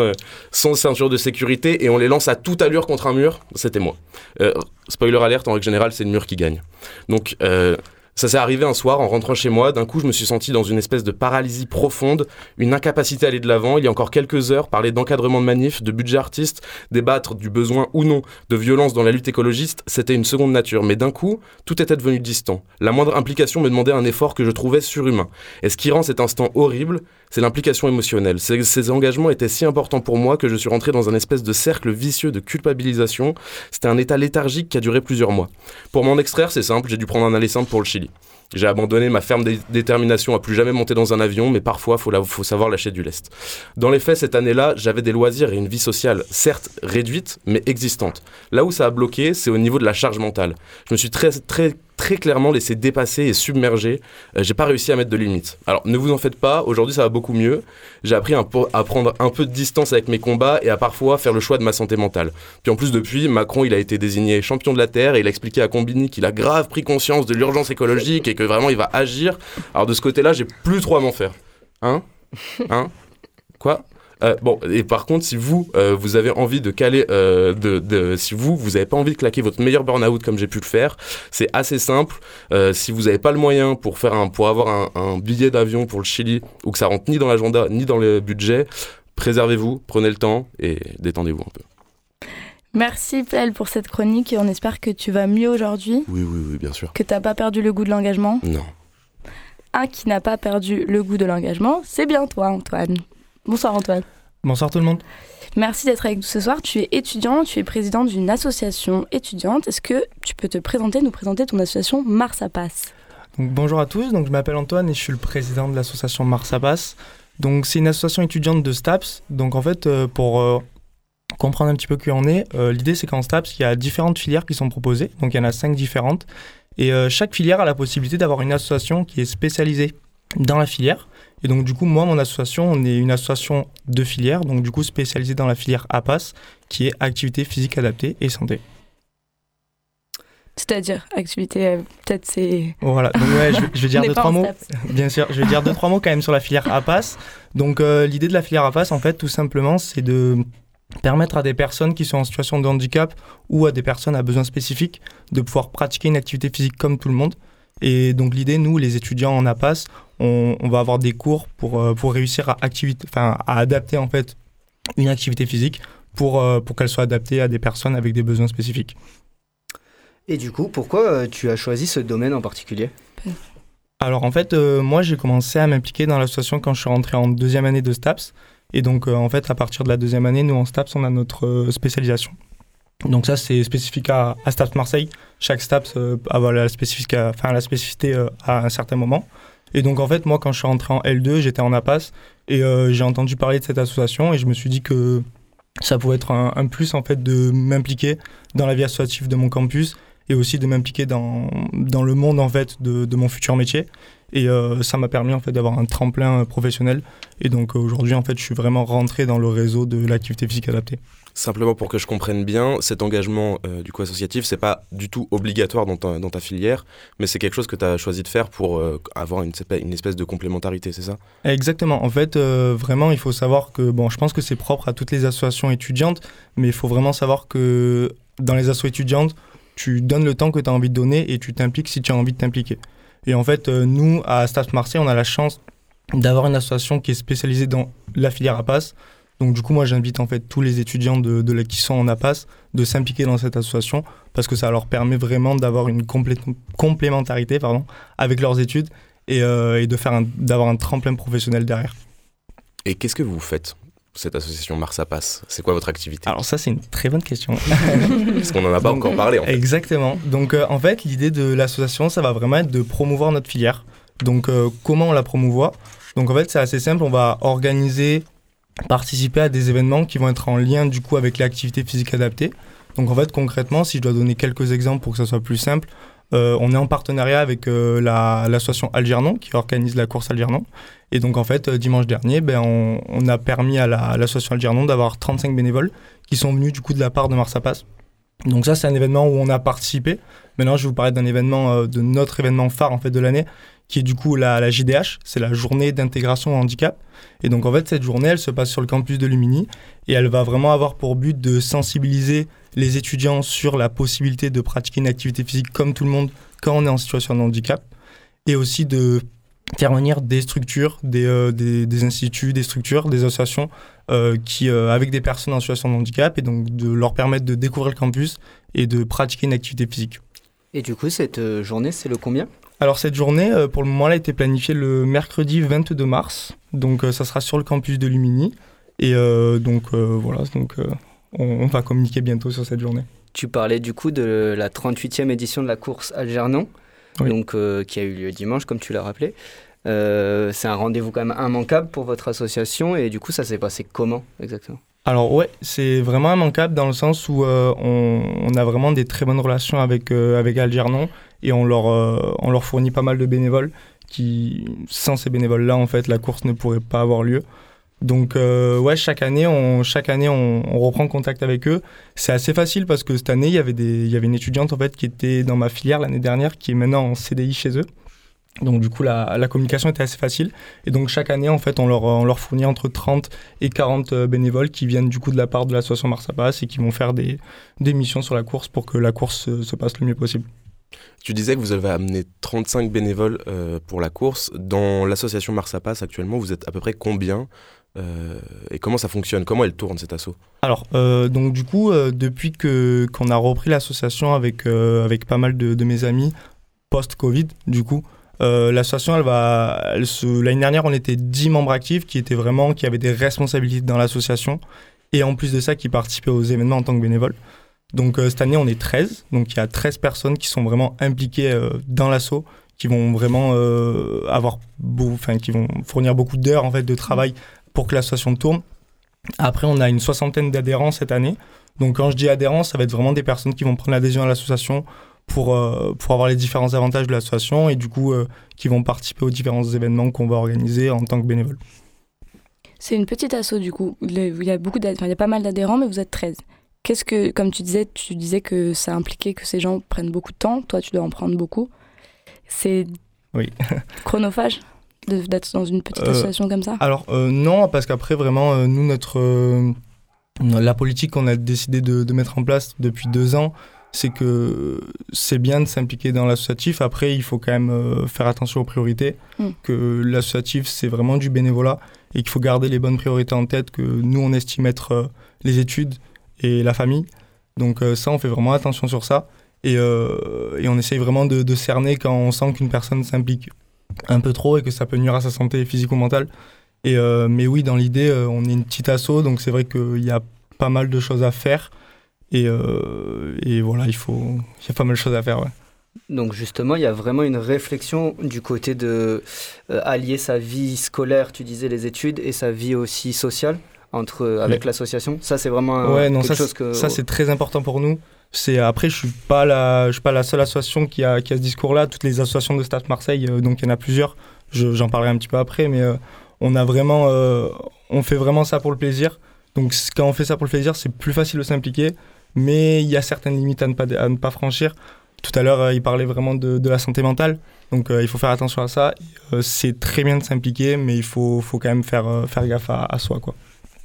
ceinture de sécurité et on les lance à toute allure contre un mur. C'était moi. Spoiler alerte, en règle générale, c'est le mur qui gagne. Donc... ça s'est arrivé un soir, en rentrant chez moi, d'un coup je me suis senti dans une espèce de paralysie profonde, une incapacité à aller de l'avant. Il y a encore quelques heures, parler d'encadrement de manif, de budget artiste, débattre du besoin ou non de violence dans la lutte écologiste, c'était une seconde nature. Mais d'un coup, tout était devenu distant. La moindre implication me demandait un effort que je trouvais surhumain. Et ce qui rend cet instant horrible, c'est l'implication émotionnelle. Ces engagements étaient si importants pour moi que je suis rentré dans un espèce de cercle vicieux de culpabilisation. C'était un état léthargique qui a duré plusieurs mois. Pour m'en extraire, c'est simple, j'ai dû prendre un aller simple pour le Chili. J'ai abandonné ma ferme détermination à plus jamais monter dans un avion, mais parfois, faut savoir lâcher du lest. Dans les faits, cette année-là, j'avais des loisirs et une vie sociale, certes réduite, mais existante. Là où ça a bloqué, c'est au niveau de la charge mentale. Je me suis très clairement laissé dépasser et submerger. J'ai pas réussi à mettre de limites. Alors, ne vous en faites pas, aujourd'hui ça va beaucoup mieux. J'ai appris à prendre un peu de distance avec mes combats et à parfois faire le choix de ma santé mentale. Puis en plus, depuis, Macron, il a été désigné champion de la Terre et il a expliqué à Combini qu'il a grave pris conscience de l'urgence écologique et que vraiment il va agir. Alors de ce côté-là, j'ai plus trop à m'en faire. Hein ? Quoi ? Bon, et par contre, si vous avez envie de caler, si vous avez pas envie de claquer votre meilleur burn-out comme j'ai pu le faire, c'est assez simple. Si vous n'avez pas le moyen pour avoir un billet d'avion pour le Chili ou que ça rentre ni dans l'agenda ni dans le budget, préservez-vous, prenez le temps et détendez-vous un peu. Merci Plel pour cette chronique et on espère que tu vas mieux aujourd'hui. Oui, bien sûr. Que t'as pas perdu le goût de l'engagement. Non. Un qui n'a pas perdu le goût de l'engagement, c'est bien toi, Antoine. Bonsoir Antoine. Bonsoir tout le monde. Merci d'être avec nous ce soir. Tu es étudiant, tu es président d'une association étudiante. Est-ce que tu peux nous présenter ton association Mars à Passe ? Donc, bonjour à tous, donc, je m'appelle Antoine et je suis le président de l'association Mars à Passe. Donc c'est une association étudiante de STAPS. Donc en fait, pour comprendre un petit peu qui on est, l'idée c'est qu'en STAPS, il y a différentes filières qui sont proposées. Donc il y en a 5 différentes. Et chaque filière a la possibilité d'avoir une association qui est spécialisée dans la filière. Et donc du coup, moi, mon association, on est une association de filière, donc du coup spécialisée dans la filière APAS, qui est activité physique adaptée et santé. C'est-à-dire, activité, peut-être c'est... Voilà, donc ouais, je vais dire 2-3 mots. Bien sûr, je vais dire 2-3 mots quand même sur la filière APAS. Donc l'idée de la filière APAS, en fait, tout simplement, c'est de permettre à des personnes qui sont en situation de handicap ou à des personnes à besoins spécifiques de pouvoir pratiquer une activité physique comme tout le monde. Et donc l'idée, nous, les étudiants en APAS, on va avoir des cours pour réussir à adapter en fait une activité physique pour qu'elle soit adaptée à des personnes avec des besoins spécifiques. Et du coup, pourquoi tu as choisi ce domaine en particulier ? Alors en fait, moi j'ai commencé à m'impliquer dans l'association quand je suis rentré en 2e année de STAPS. Et donc en fait, à partir de la 2e année, nous en STAPS, on a notre spécialisation. Donc ça, c'est spécifique à STAPS Marseille. Chaque STAPS a la spécificité à un certain moment. Et donc en fait, moi quand je suis rentré en L2, j'étais en APAS et j'ai entendu parler de cette association et je me suis dit que ça pouvait être un plus en fait de m'impliquer dans la vie associative de mon campus et aussi de m'impliquer dans le monde en fait de mon futur métier. Et ça m'a permis en fait d'avoir un tremplin professionnel. Et donc aujourd'hui en fait je suis vraiment rentré dans le réseau de l'activité physique adaptée. Simplement pour que je comprenne bien, cet engagement du coup associatif, c'est pas du tout obligatoire dans ta filière, mais c'est quelque chose que tu as choisi de faire pour avoir une espèce de complémentarité, c'est ça ? Exactement. En fait, vraiment, il faut savoir que, je pense que c'est propre à toutes les associations étudiantes, mais il faut vraiment savoir que dans les assos étudiantes, tu donnes le temps que tu as envie de donner et tu t'impliques si tu as envie de t'impliquer. Et en fait, nous, à STAPS Marseille, on a la chance d'avoir une association qui est spécialisée dans la filière APAS. Donc du coup, moi, j'invite en fait tous les étudiants qui sont en APAS de s'impliquer dans cette association parce que ça leur permet vraiment d'avoir une complémentarité avec leurs études et d'avoir un tremplin professionnel derrière. Et qu'est-ce que vous faites, cette association Mars à Passe? C'est quoi votre activité? Alors ça, c'est une très bonne question. Parce qu'on n'en a pas encore parlé, en fait. Exactement. Donc en fait, l'idée de l'association, ça va vraiment être de promouvoir notre filière. Donc comment on la promouvoit? Donc en fait, c'est assez simple, on va participer à des événements qui vont être en lien du coup avec l'activité physique adaptée. Donc en fait, concrètement, si je dois donner quelques exemples pour que ça soit plus simple, on est en partenariat avec l'association Algernon qui organise la course Algernon. Et donc en fait, dimanche dernier, on a permis à l'association Algernon d'avoir 35 bénévoles qui sont venus du coup de la part de Mars à Passe. Donc ça, c'est un événement où on a participé. Maintenant, je vais vous parler d'un événement, de notre événement phare en fait de l'année, qui est du coup la JDH, c'est la journée d'intégration au handicap. Et donc en fait, cette journée, elle se passe sur le campus de Lumini et elle va vraiment avoir pour but de sensibiliser les étudiants sur la possibilité de pratiquer une activité physique comme tout le monde quand on est en situation de handicap, et aussi de faire venir des structures, des instituts, des structures, des associations qui, avec des personnes en situation de handicap, et donc de leur permettre de découvrir le campus et de pratiquer une activité physique. Et du coup, cette journée, c'est le combien ? Alors cette journée, pour le moment, elle a été planifiée le mercredi 22 mars, donc ça sera sur le campus de Lumini, et voilà, on va communiquer bientôt sur cette journée. Tu parlais du coup de la 38e édition de la course Algernon, oui. Donc, qui a eu lieu dimanche, comme tu l'as rappelé. C'est un rendez-vous quand même immanquable pour votre association, et du coup, ça s'est passé comment exactement ? Alors ouais, c'est vraiment immanquable dans le sens où on a vraiment des très bonnes relations avec Algernon, et on leur fournit pas mal de bénévoles sans ces bénévoles-là, en fait, la course ne pourrait pas avoir lieu. Donc ouais, chaque année on reprend contact avec eux. C'est assez facile parce que cette année il y avait une étudiante en fait qui était dans ma filière l'année dernière, qui est maintenant en CDI chez eux. Donc du coup la communication était assez facile, et donc chaque année en fait on leur fournit entre 30 et 40 bénévoles qui viennent du coup de la part de l'association Mars à Passe et qui vont faire des missions sur la course pour que la course se passe le mieux possible. Tu disais que vous avez amené 35 bénévoles pour la course. Dans l'association Mars à Passe actuellement, vous êtes à peu près combien et comment ça fonctionne? Comment elle tourne, cette asso? Alors, donc du coup, depuis qu'on a repris l'association avec pas mal de mes amis post-Covid, du coup, l'association, l'année dernière, on était 10 membres actifs qui avaient des responsabilités dans l'association, et en plus de ça, qui participaient aux événements en tant que bénévoles. Donc cette année, on est 13, donc il y a 13 personnes qui sont vraiment impliquées dans l'asso, qui vont vraiment qui vont fournir beaucoup d'heures en fait de travail pour que l'association tourne. Après, on a une 60aine d'adhérents cette année. Donc quand je dis adhérents, ça va être vraiment des personnes qui vont prendre l'adhésion à l'association pour avoir les différents avantages de l'association, et du coup qui vont participer aux différents événements qu'on va organiser en tant que bénévole. C'est une petite asso du coup. Il y a pas mal d'adhérents, mais vous êtes 13. Qu'est-ce que, comme tu disais que ça impliquait que ces gens prennent beaucoup de temps, toi tu dois en prendre beaucoup. C'est chronophage d'être dans une petite association comme ça? Alors non, parce qu'après vraiment, nous, la politique qu'on a décidé de mettre en place depuis 2 ans, c'est que c'est bien de s'impliquer dans l'associatif. Après, il faut quand même faire attention aux priorités, que l'associatif, c'est vraiment du bénévolat, et qu'il faut garder les bonnes priorités en tête, que nous, on estime être les études et la famille. Donc ça, on fait vraiment attention sur ça, et on essaye vraiment de cerner quand on sent qu'une personne s'implique un peu trop et que ça peut nuire à sa santé physique ou mentale. Mais oui, dans l'idée, on est une petite asso, donc c'est vrai qu'il y a pas mal de choses à faire, et voilà, il y a pas mal de choses à faire, ouais. Donc justement, il y a vraiment une réflexion du côté de allier sa vie scolaire, tu disais les études, et sa vie aussi sociale avec l'association. Ça, c'est vraiment quelque chose que... Ça, c'est très important pour nous. Après, je suis pas la seule association qui a ce discours-là. Toutes les associations de Staps Marseille, donc il y en a plusieurs. J'en parlerai un petit peu après, mais on fait vraiment ça pour le plaisir. Donc quand on fait ça pour le plaisir, c'est plus facile de s'impliquer, mais il y a certaines limites à ne pas franchir. Tout à l'heure, il parlait vraiment de la santé mentale, donc il faut faire attention à ça. C'est très bien de s'impliquer, mais il faut quand même faire gaffe à soi, quoi.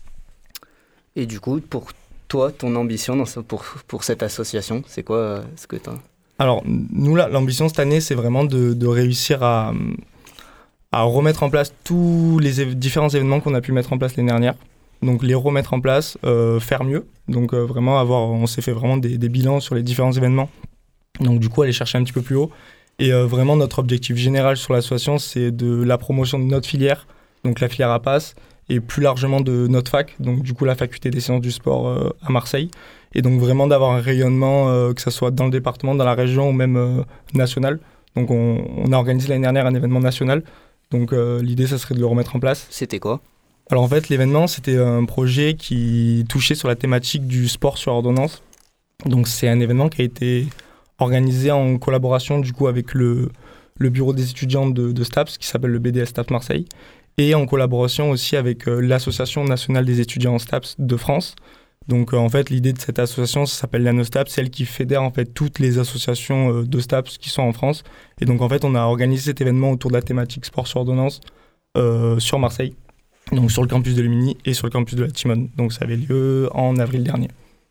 Et du coup, pour toi, ton ambition pour cette association, c'est quoi ce que tu as? Alors, nous, l'ambition cette année, c'est vraiment de réussir à remettre en place tous les différents événements qu'on a pu mettre en place l'année dernière. Donc, les remettre en place, faire mieux. Donc, vraiment on s'est fait vraiment des bilans sur les différents événements. Donc, du coup, aller chercher un petit peu plus haut. Et vraiment, notre objectif général sur l'association, c'est de la promotion de notre filière, donc la filière APAS, et plus largement de notre fac, donc du coup la faculté des sciences du sport à Marseille. Et donc vraiment d'avoir un rayonnement, que ce soit dans le département, dans la région ou même national. Donc on a organisé l'année dernière un événement national. Donc l'idée, ça serait de le remettre en place. C'était quoi ? Alors en fait, l'événement, c'était un projet qui touchait sur la thématique du sport sur ordonnance. Donc c'est un événement qui a été organisé en collaboration du coup avec le bureau des étudiants de STAPS, qui s'appelle le BDS STAPS Marseille, et en collaboration aussi avec l'Association nationale des étudiants en STAPS de France. Donc en fait, l'idée de cette association, ça s'appelle l'ANOSTAPS, celle qui fédère en fait toutes les associations de STAPS qui sont en France. Et donc en fait, on a organisé cet événement autour de la thématique sport sur ordonnance sur Marseille, donc sur le campus de Lumini et sur le campus de la Timone. Donc ça avait lieu en avril dernier.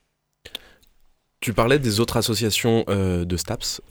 Tu parlais des autres associations de STAPS.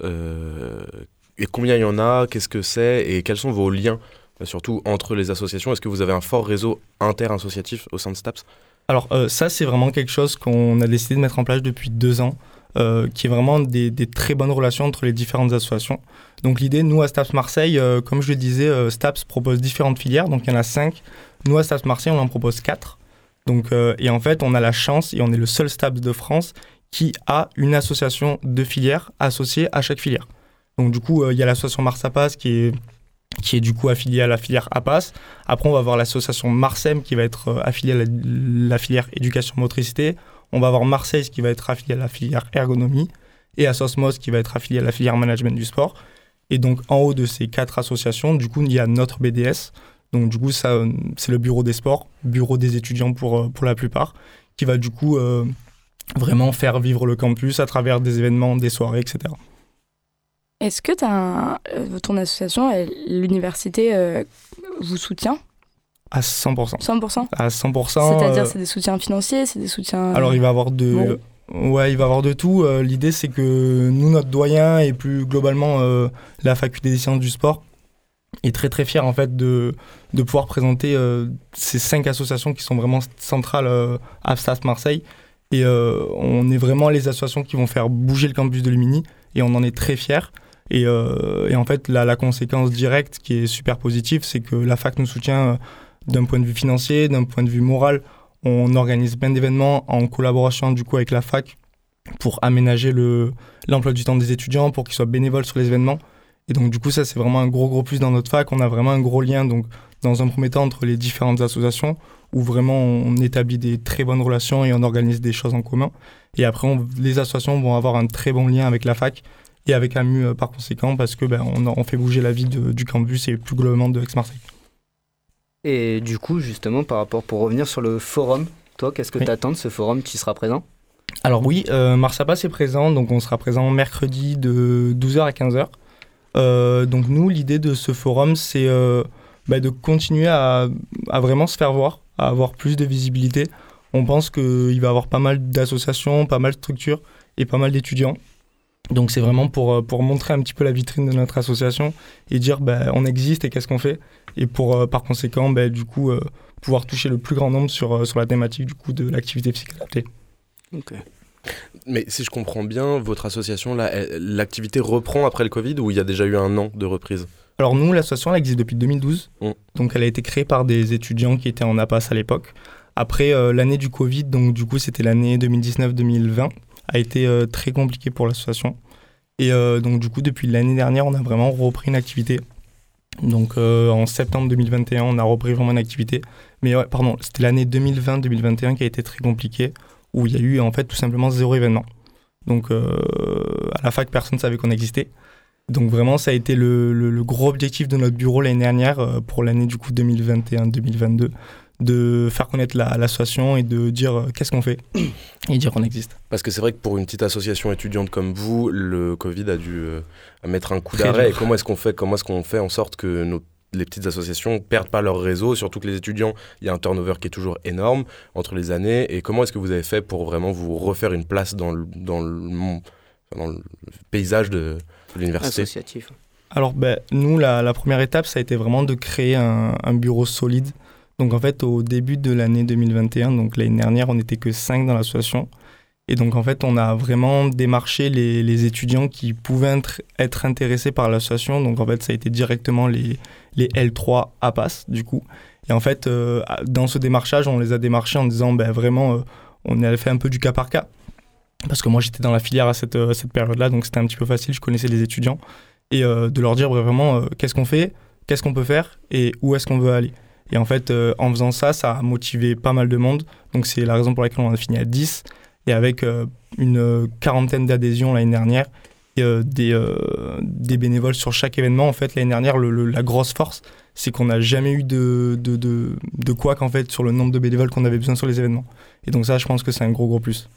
Et combien il y en a ? Qu'est-ce que c'est ? Et quels sont vos liens, surtout entre les associations ? Est-ce que vous avez un fort réseau inter-associatif au sein de STAPS ? Alors ça, c'est vraiment quelque chose qu'on a décidé de mettre en place depuis 2 ans, qui est vraiment des très bonnes relations entre les différentes associations. Donc l'idée, nous à STAPS Marseille, comme je le disais, STAPS propose différentes filières, donc il y en a 5. Nous à STAPS Marseille, on en propose 4. Donc, et en fait, on a la chance, et on est le seul STAPS de France qui a une association de filières associée à chaque filière. Donc du coup, il y a l'association Marsapas qui est du coup affiliée à la filière APAS. Après, on va avoir l'association Marsem qui va être affiliée à la filière éducation motricité. On va avoir Marseille qui va être affiliée à la filière ergonomie. Et Assosmos qui va être affiliée à la filière management du sport. Et donc, en haut de ces 4 associations, du coup, il y a notre BDS. Donc, du coup, ça, c'est le bureau des sports, bureau des étudiants pour la plupart, qui va du coup vraiment faire vivre le campus à travers des événements, des soirées, etc. Est-ce que ton association, l'université, vous soutient ? À 100%. 100% ? À 100%. C'est-à-dire, c'est des soutiens financiers, c'est des soutiens... Alors, il va y avoir Ouais, il va y avoir de tout. L'idée, c'est que nous, notre doyen, et plus globalement la faculté des sciences du sport, est très très fière en fait de pouvoir présenter ces 5 associations qui sont vraiment centrales à STAPS Marseille. Et on est vraiment les associations qui vont faire bouger le campus de Lumini, et on en est très fiers. Et en fait, la conséquence directe qui est super positive, c'est que la fac nous soutient d'un point de vue financier, d'un point de vue moral. On organise plein d'événements en collaboration du coup avec la fac pour aménager l'emploi du temps des étudiants, pour qu'ils soient bénévoles sur les événements. Et donc du coup, ça, c'est vraiment un gros plus dans notre fac. On a vraiment un gros lien, donc, dans un premier temps, entre les différentes associations, où vraiment on établit des très bonnes relations et on organise des choses en commun. Et après, les associations vont avoir un très bon lien avec la fac et avec AMU par conséquent, parce que on fait bouger la vie du campus et plus globalement de Aix-Marseille. Et du coup, justement, pour revenir sur le forum, toi, qu'est-ce que tu attends de ce forum qui sera présent ? Alors oui, Marsapas est présent, donc on sera présent mercredi de 12h à 15h. Donc nous, l'idée de ce forum, c'est de continuer à vraiment se faire voir, à avoir plus de visibilité. On pense qu'il va y avoir pas mal d'associations, pas mal de structures et pas mal d'étudiants. Donc c'est vraiment pour montrer un petit peu la vitrine de notre association et dire on existe et qu'est-ce qu'on fait. Et par conséquent, du coup, pouvoir toucher le plus grand nombre sur la thématique du coup, de l'activité physique adaptée. Ok. Mais si je comprends bien, votre association, là, l'activité reprend après le Covid, ou il y a déjà eu 1 an de reprise ? Alors nous, l'association, elle existe depuis 2012. Donc elle a été créée par des étudiants qui étaient en APAS à l'époque. Après l'année du Covid, donc du coup c'était l'année 2019-2020, a été très compliquée pour l'association. Et donc du coup, depuis l'année dernière, on a vraiment repris une activité. Donc en septembre 2021, on a repris vraiment une activité. Mais c'était l'année 2020-2021 qui a été très compliquée, où il y a eu en fait tout simplement 0 événement. Donc à la fac, personne ne savait qu'on existait. Donc vraiment, ça a été le gros objectif de notre bureau l'année dernière, pour l'année du coup 2021-2022, de faire connaître l'association et de dire qu'est-ce qu'on fait et dire qu'on existe. Parce que c'est vrai que pour une petite association étudiante comme vous, le Covid a dû mettre un coup d'arrêt. Et comment est-ce qu'on fait en sorte que les petites associations perdent pas leur réseau, surtout que les étudiants, il y a un turnover qui est toujours énorme entre les années. Et comment est-ce que vous avez fait pour vraiment vous refaire une place dans le paysage de l'université associatif? Alors nous, la première étape, ça a été vraiment de créer un bureau solide. Donc en fait, au début de l'année 2021, donc l'année dernière, on n'était que 5 dans l'association. Et donc en fait, on a vraiment démarché les étudiants qui pouvaient être intéressés par l'association. Donc en fait, ça a été directement les L3 APAS du coup. Et en fait, dans ce démarchage, on les a démarchés en disant vraiment, on a fait un peu du cas par cas. Parce que moi, j'étais dans la filière à cette période-là, donc c'était un petit peu facile, je connaissais les étudiants. Et de leur dire vraiment qu'est-ce qu'on fait, qu'est-ce qu'on peut faire et où est-ce qu'on veut aller. Et en fait, en faisant ça, ça a motivé pas mal de monde. Donc c'est la raison pour laquelle on a fini à 10. Et avec une quarantaine d'adhésions l'année dernière, et des bénévoles sur chaque événement. En fait, l'année dernière, la grosse force, c'est qu'on n'a jamais eu de couac en fait, sur le nombre de bénévoles qu'on avait besoin sur les événements. Et donc ça, je pense que c'est un gros plus.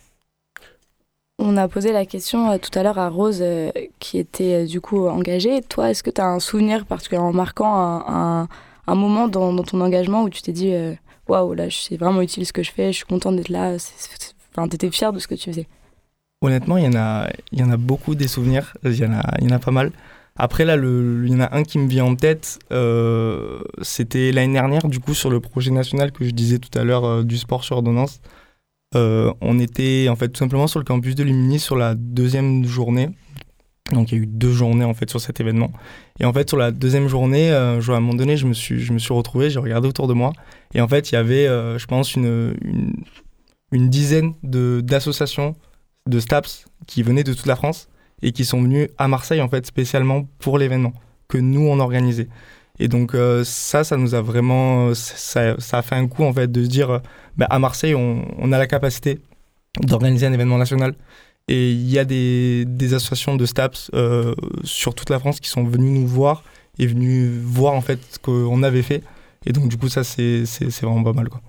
On a posé la question tout à l'heure à Rose, qui était du coup engagée. Toi, est-ce que tu as un souvenir particulièrement marquant, un moment dans ton engagement où tu t'es dit « Waouh, là, c'est vraiment utile ce que je fais, je suis contente d'être là ». Enfin, tu étais fière de ce que tu faisais? Honnêtement, il y en a beaucoup des souvenirs, il y en a pas mal. Après, là, il y en a un qui me vient en tête, c'était l'année dernière, du coup, sur le projet national que je disais tout à l'heure du sport sur ordonnance. On était en fait tout simplement sur le campus de Lumini sur la deuxième journée. Donc il y a eu 2 journées en fait sur cet événement. Et en fait sur la deuxième journée, à un moment donné, je me suis retrouvé, j'ai regardé autour de moi. Et en fait il y avait, je pense, une dizaine d'associations de STAPS qui venaient de toute la France et qui sont venus à Marseille en fait spécialement pour l'événement que nous on organisait. Et donc ça nous a vraiment, ça a fait un coup en fait de se dire, à Marseille on a la capacité d'organiser un événement national. Et il y a des associations de STAPS sur toute la France qui sont venues nous voir et venues voir en fait ce qu'on avait fait. Et donc du coup ça c'est vraiment pas mal quoi.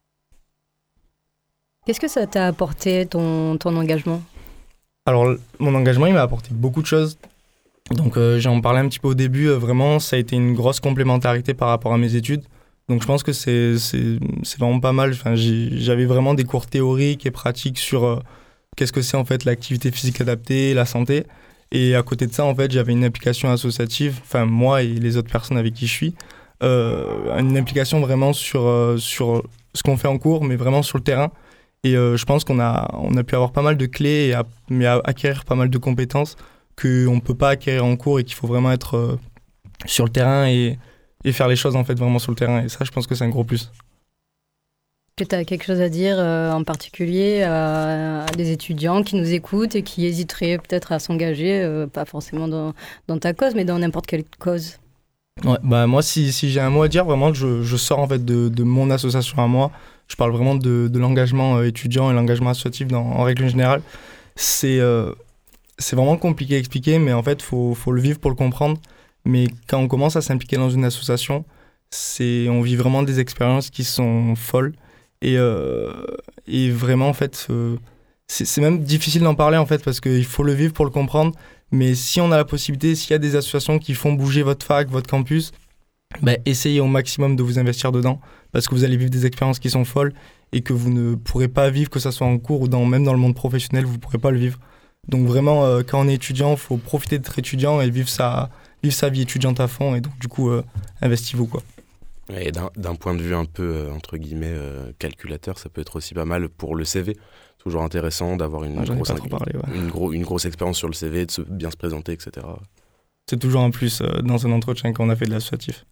Qu'est-ce que ça t'a apporté ton engagement? Alors mon engagement il m'a apporté beaucoup de choses. Donc j'en parlais un petit peu au début, vraiment ça a été une grosse complémentarité par rapport à mes études. Donc je pense que c'est vraiment pas mal. Enfin, j'avais vraiment des cours théoriques et pratiques sur qu'est-ce que c'est en fait l'activité physique adaptée, la santé. Et à côté de ça en fait j'avais une implication associative, enfin moi et les autres personnes avec qui je suis, une implication vraiment sur ce qu'on fait en cours mais vraiment sur le terrain. Et je pense qu'on a pu avoir pas mal de clés et acquérir pas mal de compétences qu'on ne peut pas acquérir en cours et qu'il faut vraiment être sur le terrain et faire les choses en fait vraiment sur le terrain. Et ça, je pense que c'est un gros plus. Est-ce que tu as quelque chose à dire en particulier à des étudiants qui nous écoutent et qui hésiteraient peut-être à s'engager, pas forcément dans ta cause, mais dans n'importe quelle cause? Ouais, moi, si j'ai un mot à dire, vraiment, je sors en fait de mon association à moi. Je parle vraiment de l'engagement étudiant et l'engagement associatif en règle générale. C'est vraiment compliqué à expliquer, mais en fait, faut le vivre pour le comprendre. Mais quand on commence à s'impliquer dans une association, on vit vraiment des expériences qui sont folles. Et vraiment, en fait, c'est même difficile d'en parler, en fait, parce qu'il faut le vivre pour le comprendre. Mais si on a la possibilité, s'il y a des associations qui font bouger votre fac, votre campus, essayez au maximum de vous investir dedans, parce que vous allez vivre des expériences qui sont folles et que vous ne pourrez pas vivre, que ce soit en cours ou même dans le monde professionnel, vous ne pourrez pas le vivre. Donc vraiment, quand on est étudiant, il faut profiter d'être étudiant et vivre sa vie étudiante à fond. Et donc du coup, investissez-vous quoi. Et d'un point de vue un peu, entre guillemets, calculateur, ça peut être aussi pas mal pour le CV. Toujours intéressant d'avoir une grosse expérience sur le CV, de bien se présenter, etc. C'est toujours un plus dans un entretien quand on a fait de l'associatif.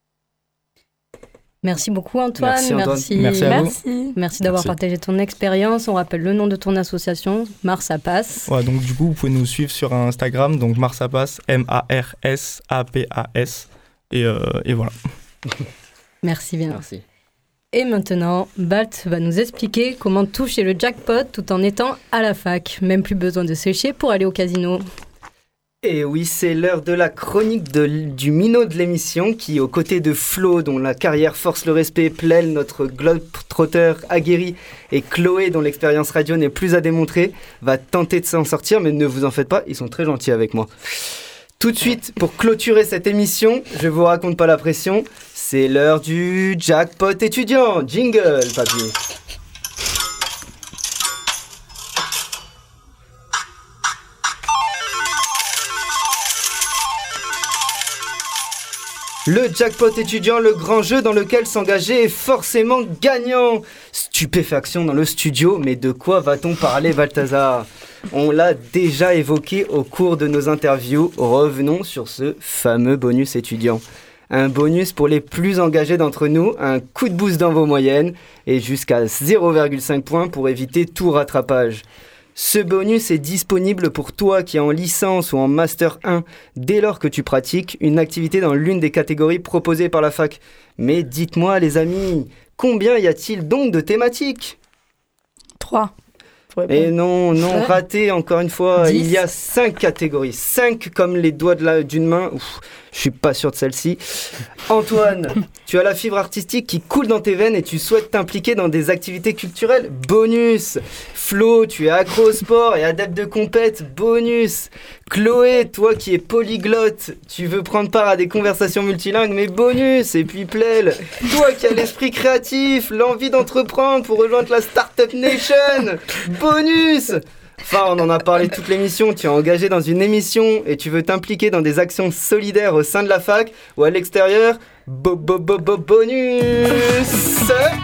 Merci beaucoup Antoine. Merci à vous. Merci d'avoir partagé ton expérience. On rappelle le nom de ton association, Mars à Passe. Ouais, donc du coup, vous pouvez nous suivre sur Instagram, donc Mars à Passe, MARSAPAS. Et voilà. Merci bien. Merci. Et maintenant, Balt va nous expliquer comment toucher le jackpot tout en étant à la fac. Même plus besoin de sécher pour aller au casino. Et oui, c'est l'heure de la chronique du minot de l'émission qui, aux côtés de Flo, dont la carrière force le respect, Plel, notre globe-trotteur aguerri, et Chloé, dont l'expérience radio n'est plus à démontrer, va tenter de s'en sortir, mais ne vous en faites pas, ils sont très gentils avec moi. Tout de suite, pour clôturer cette émission, je vous raconte pas la pression, c'est l'heure du jackpot étudiant. Jingle, papy. Le jackpot étudiant, le grand jeu dans lequel s'engager est forcément gagnant. stupéfaction dans le studio. Mais de quoi va-t-on parler, Balthazar ? On l'a déjà évoqué au cours de nos interviews. Revenons sur ce fameux bonus étudiant. Un bonus pour les plus engagés d'entre nous, un coup de boost dans vos moyennes et jusqu'à 0,5 points pour éviter tout rattrapage. Ce bonus est disponible pour toi qui es en licence ou en Master 1 dès lors que tu pratiques une activité dans l'une des catégories proposées par la fac. Mais dites-moi les amis, combien y a-t-il donc de thématiques ? 3. Et non, raté encore une fois. 10. Il y a 5 catégories. 5 comme les doigts d'une main. Ouf, je suis pas sûr de celle-ci. Antoine, tu as la fibre artistique qui coule dans tes veines et tu souhaites t'impliquer dans des activités culturelles. Bonus. Flo, tu es accro au sport et adepte de compète. Bonus. Chloé, toi qui es polyglotte, tu veux prendre part à des conversations multilingues, mais bonus. Et puis Plel, toi qui as l'esprit créatif, l'envie d'entreprendre pour rejoindre la Startup Nation. Bonus. Enfin, on en a parlé toute l'émission. Tu es engagé dans une émission et tu veux t'impliquer dans des actions solidaires au sein de la fac ou à l'extérieur. Bonus.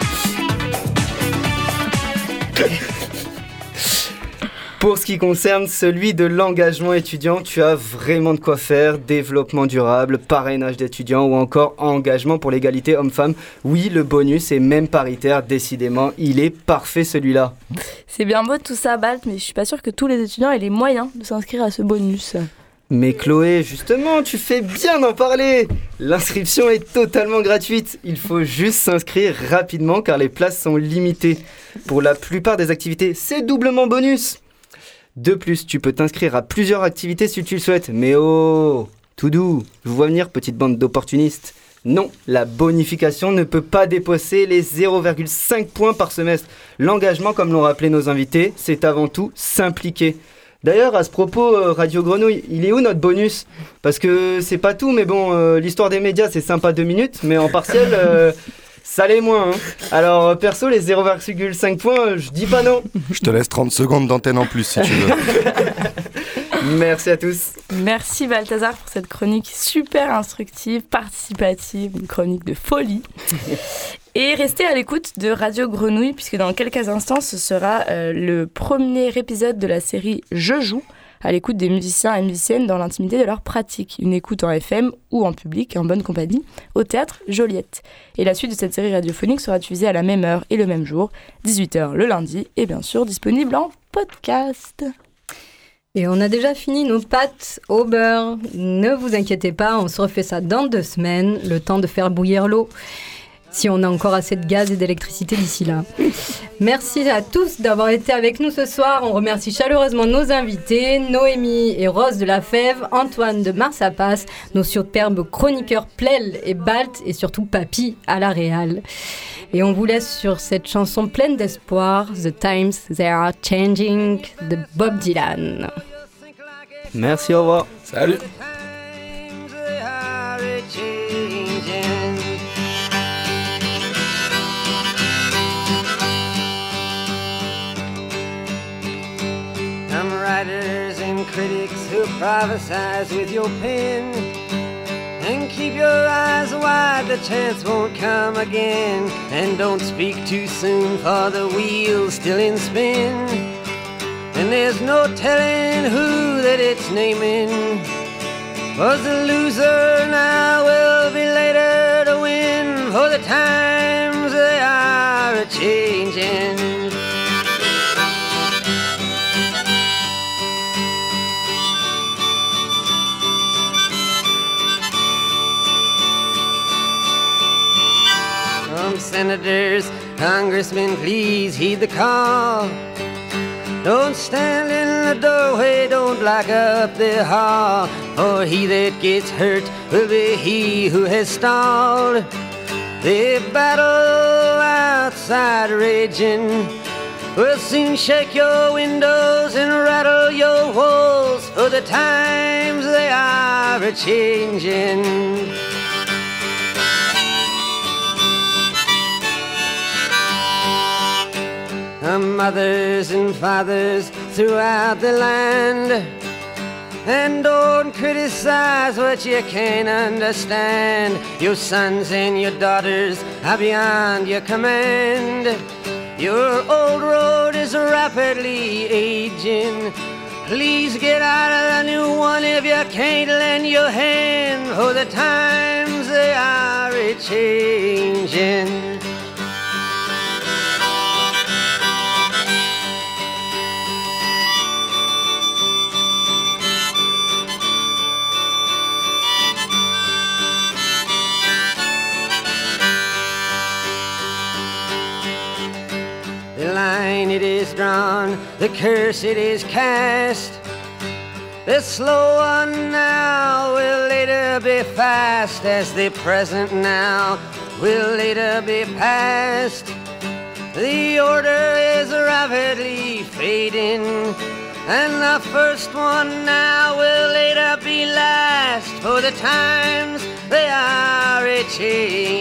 Pour ce qui concerne celui de l'engagement étudiant, tu as vraiment de quoi faire. Développement durable, parrainage d'étudiants ou encore engagement pour l'égalité homme-femme. Oui, le bonus est même paritaire, décidément, il est parfait celui-là. C'est bien beau tout ça, Balt, mais je suis pas sûre que tous les étudiants aient les moyens de s'inscrire à ce bonus. Mais Chloé, justement, tu fais bien d'en parler. L'inscription est totalement gratuite. Il faut juste s'inscrire rapidement car les places sont limitées. Pour la plupart des activités, c'est doublement bonus. De plus, tu peux t'inscrire à plusieurs activités si tu le souhaites. Mais oh, tout doux, je vous vois venir, petite bande d'opportunistes. Non, la bonification ne peut pas dépasser les 0,5 points par semestre. L'engagement, comme l'ont rappelé nos invités, c'est avant tout s'impliquer. D'ailleurs, à ce propos, Radio Grenouille, il est où notre bonus ? Parce que c'est pas tout, mais bon, l'histoire des médias, c'est sympa 2 minutes, mais en partiel... ça l'est moins, hein. Alors, perso, les 0,5 points, je dis pas non. Je te laisse 30 secondes d'antenne en plus, si tu veux. Merci à tous. Merci Balthazar pour cette chronique super instructive, participative, une chronique de folie. Et restez à l'écoute de Radio Grenouille, puisque dans quelques instants, ce sera le premier épisode de la série Je joue, à l'écoute des musiciens et musiciennes dans l'intimité de leur pratique. Une écoute en FM ou en public, en bonne compagnie, au Théâtre Joliette. Et la suite de cette série radiophonique sera diffusée à la même heure et le même jour, 18h le lundi, et bien sûr disponible en podcast. Et on a déjà fini nos pâtes au beurre. Ne vous inquiétez pas, on se refait ça dans 2 semaines, le temps de faire bouillir l'eau. Si on a encore assez de gaz et d'électricité d'ici là. Merci à tous d'avoir été avec nous ce soir. On remercie chaleureusement nos invités, Noémie et Rose de la Fève, Antoine de Marsapas, nos superbes chroniqueurs Plel et Balt et surtout Papy à la Réal. Et on vous laisse sur cette chanson pleine d'espoir, The Times They Are Changing de Bob Dylan. Merci, au revoir. Salut. Writers and critics who prophesize with your pen, and keep your eyes wide, the chance won't come again. And don't speak too soon, for the wheel's still in spin, and there's no telling who that it's naming. Was the loser now will be later to win, for the times they are a-changing. Senators, congressmen, please heed the call. Don't stand in the doorway, don't block up the hall, for he that gets hurt will be he who has stalled. The battle outside raging will soon shake your windows and rattle your walls, for the times they are a-changing. Mothers and fathers throughout the land, and don't criticize what you can't understand. Your sons and your daughters are beyond your command. Your old road is rapidly aging. Please get out of the new one if you can't lend your hand, for the times they are a-changing. The line it is drawn, the curse it is cast. The slow one now will later be fast, as the present now will later be past. The order is rapidly fading, and the first one now will later be last, for the times they are a-changing.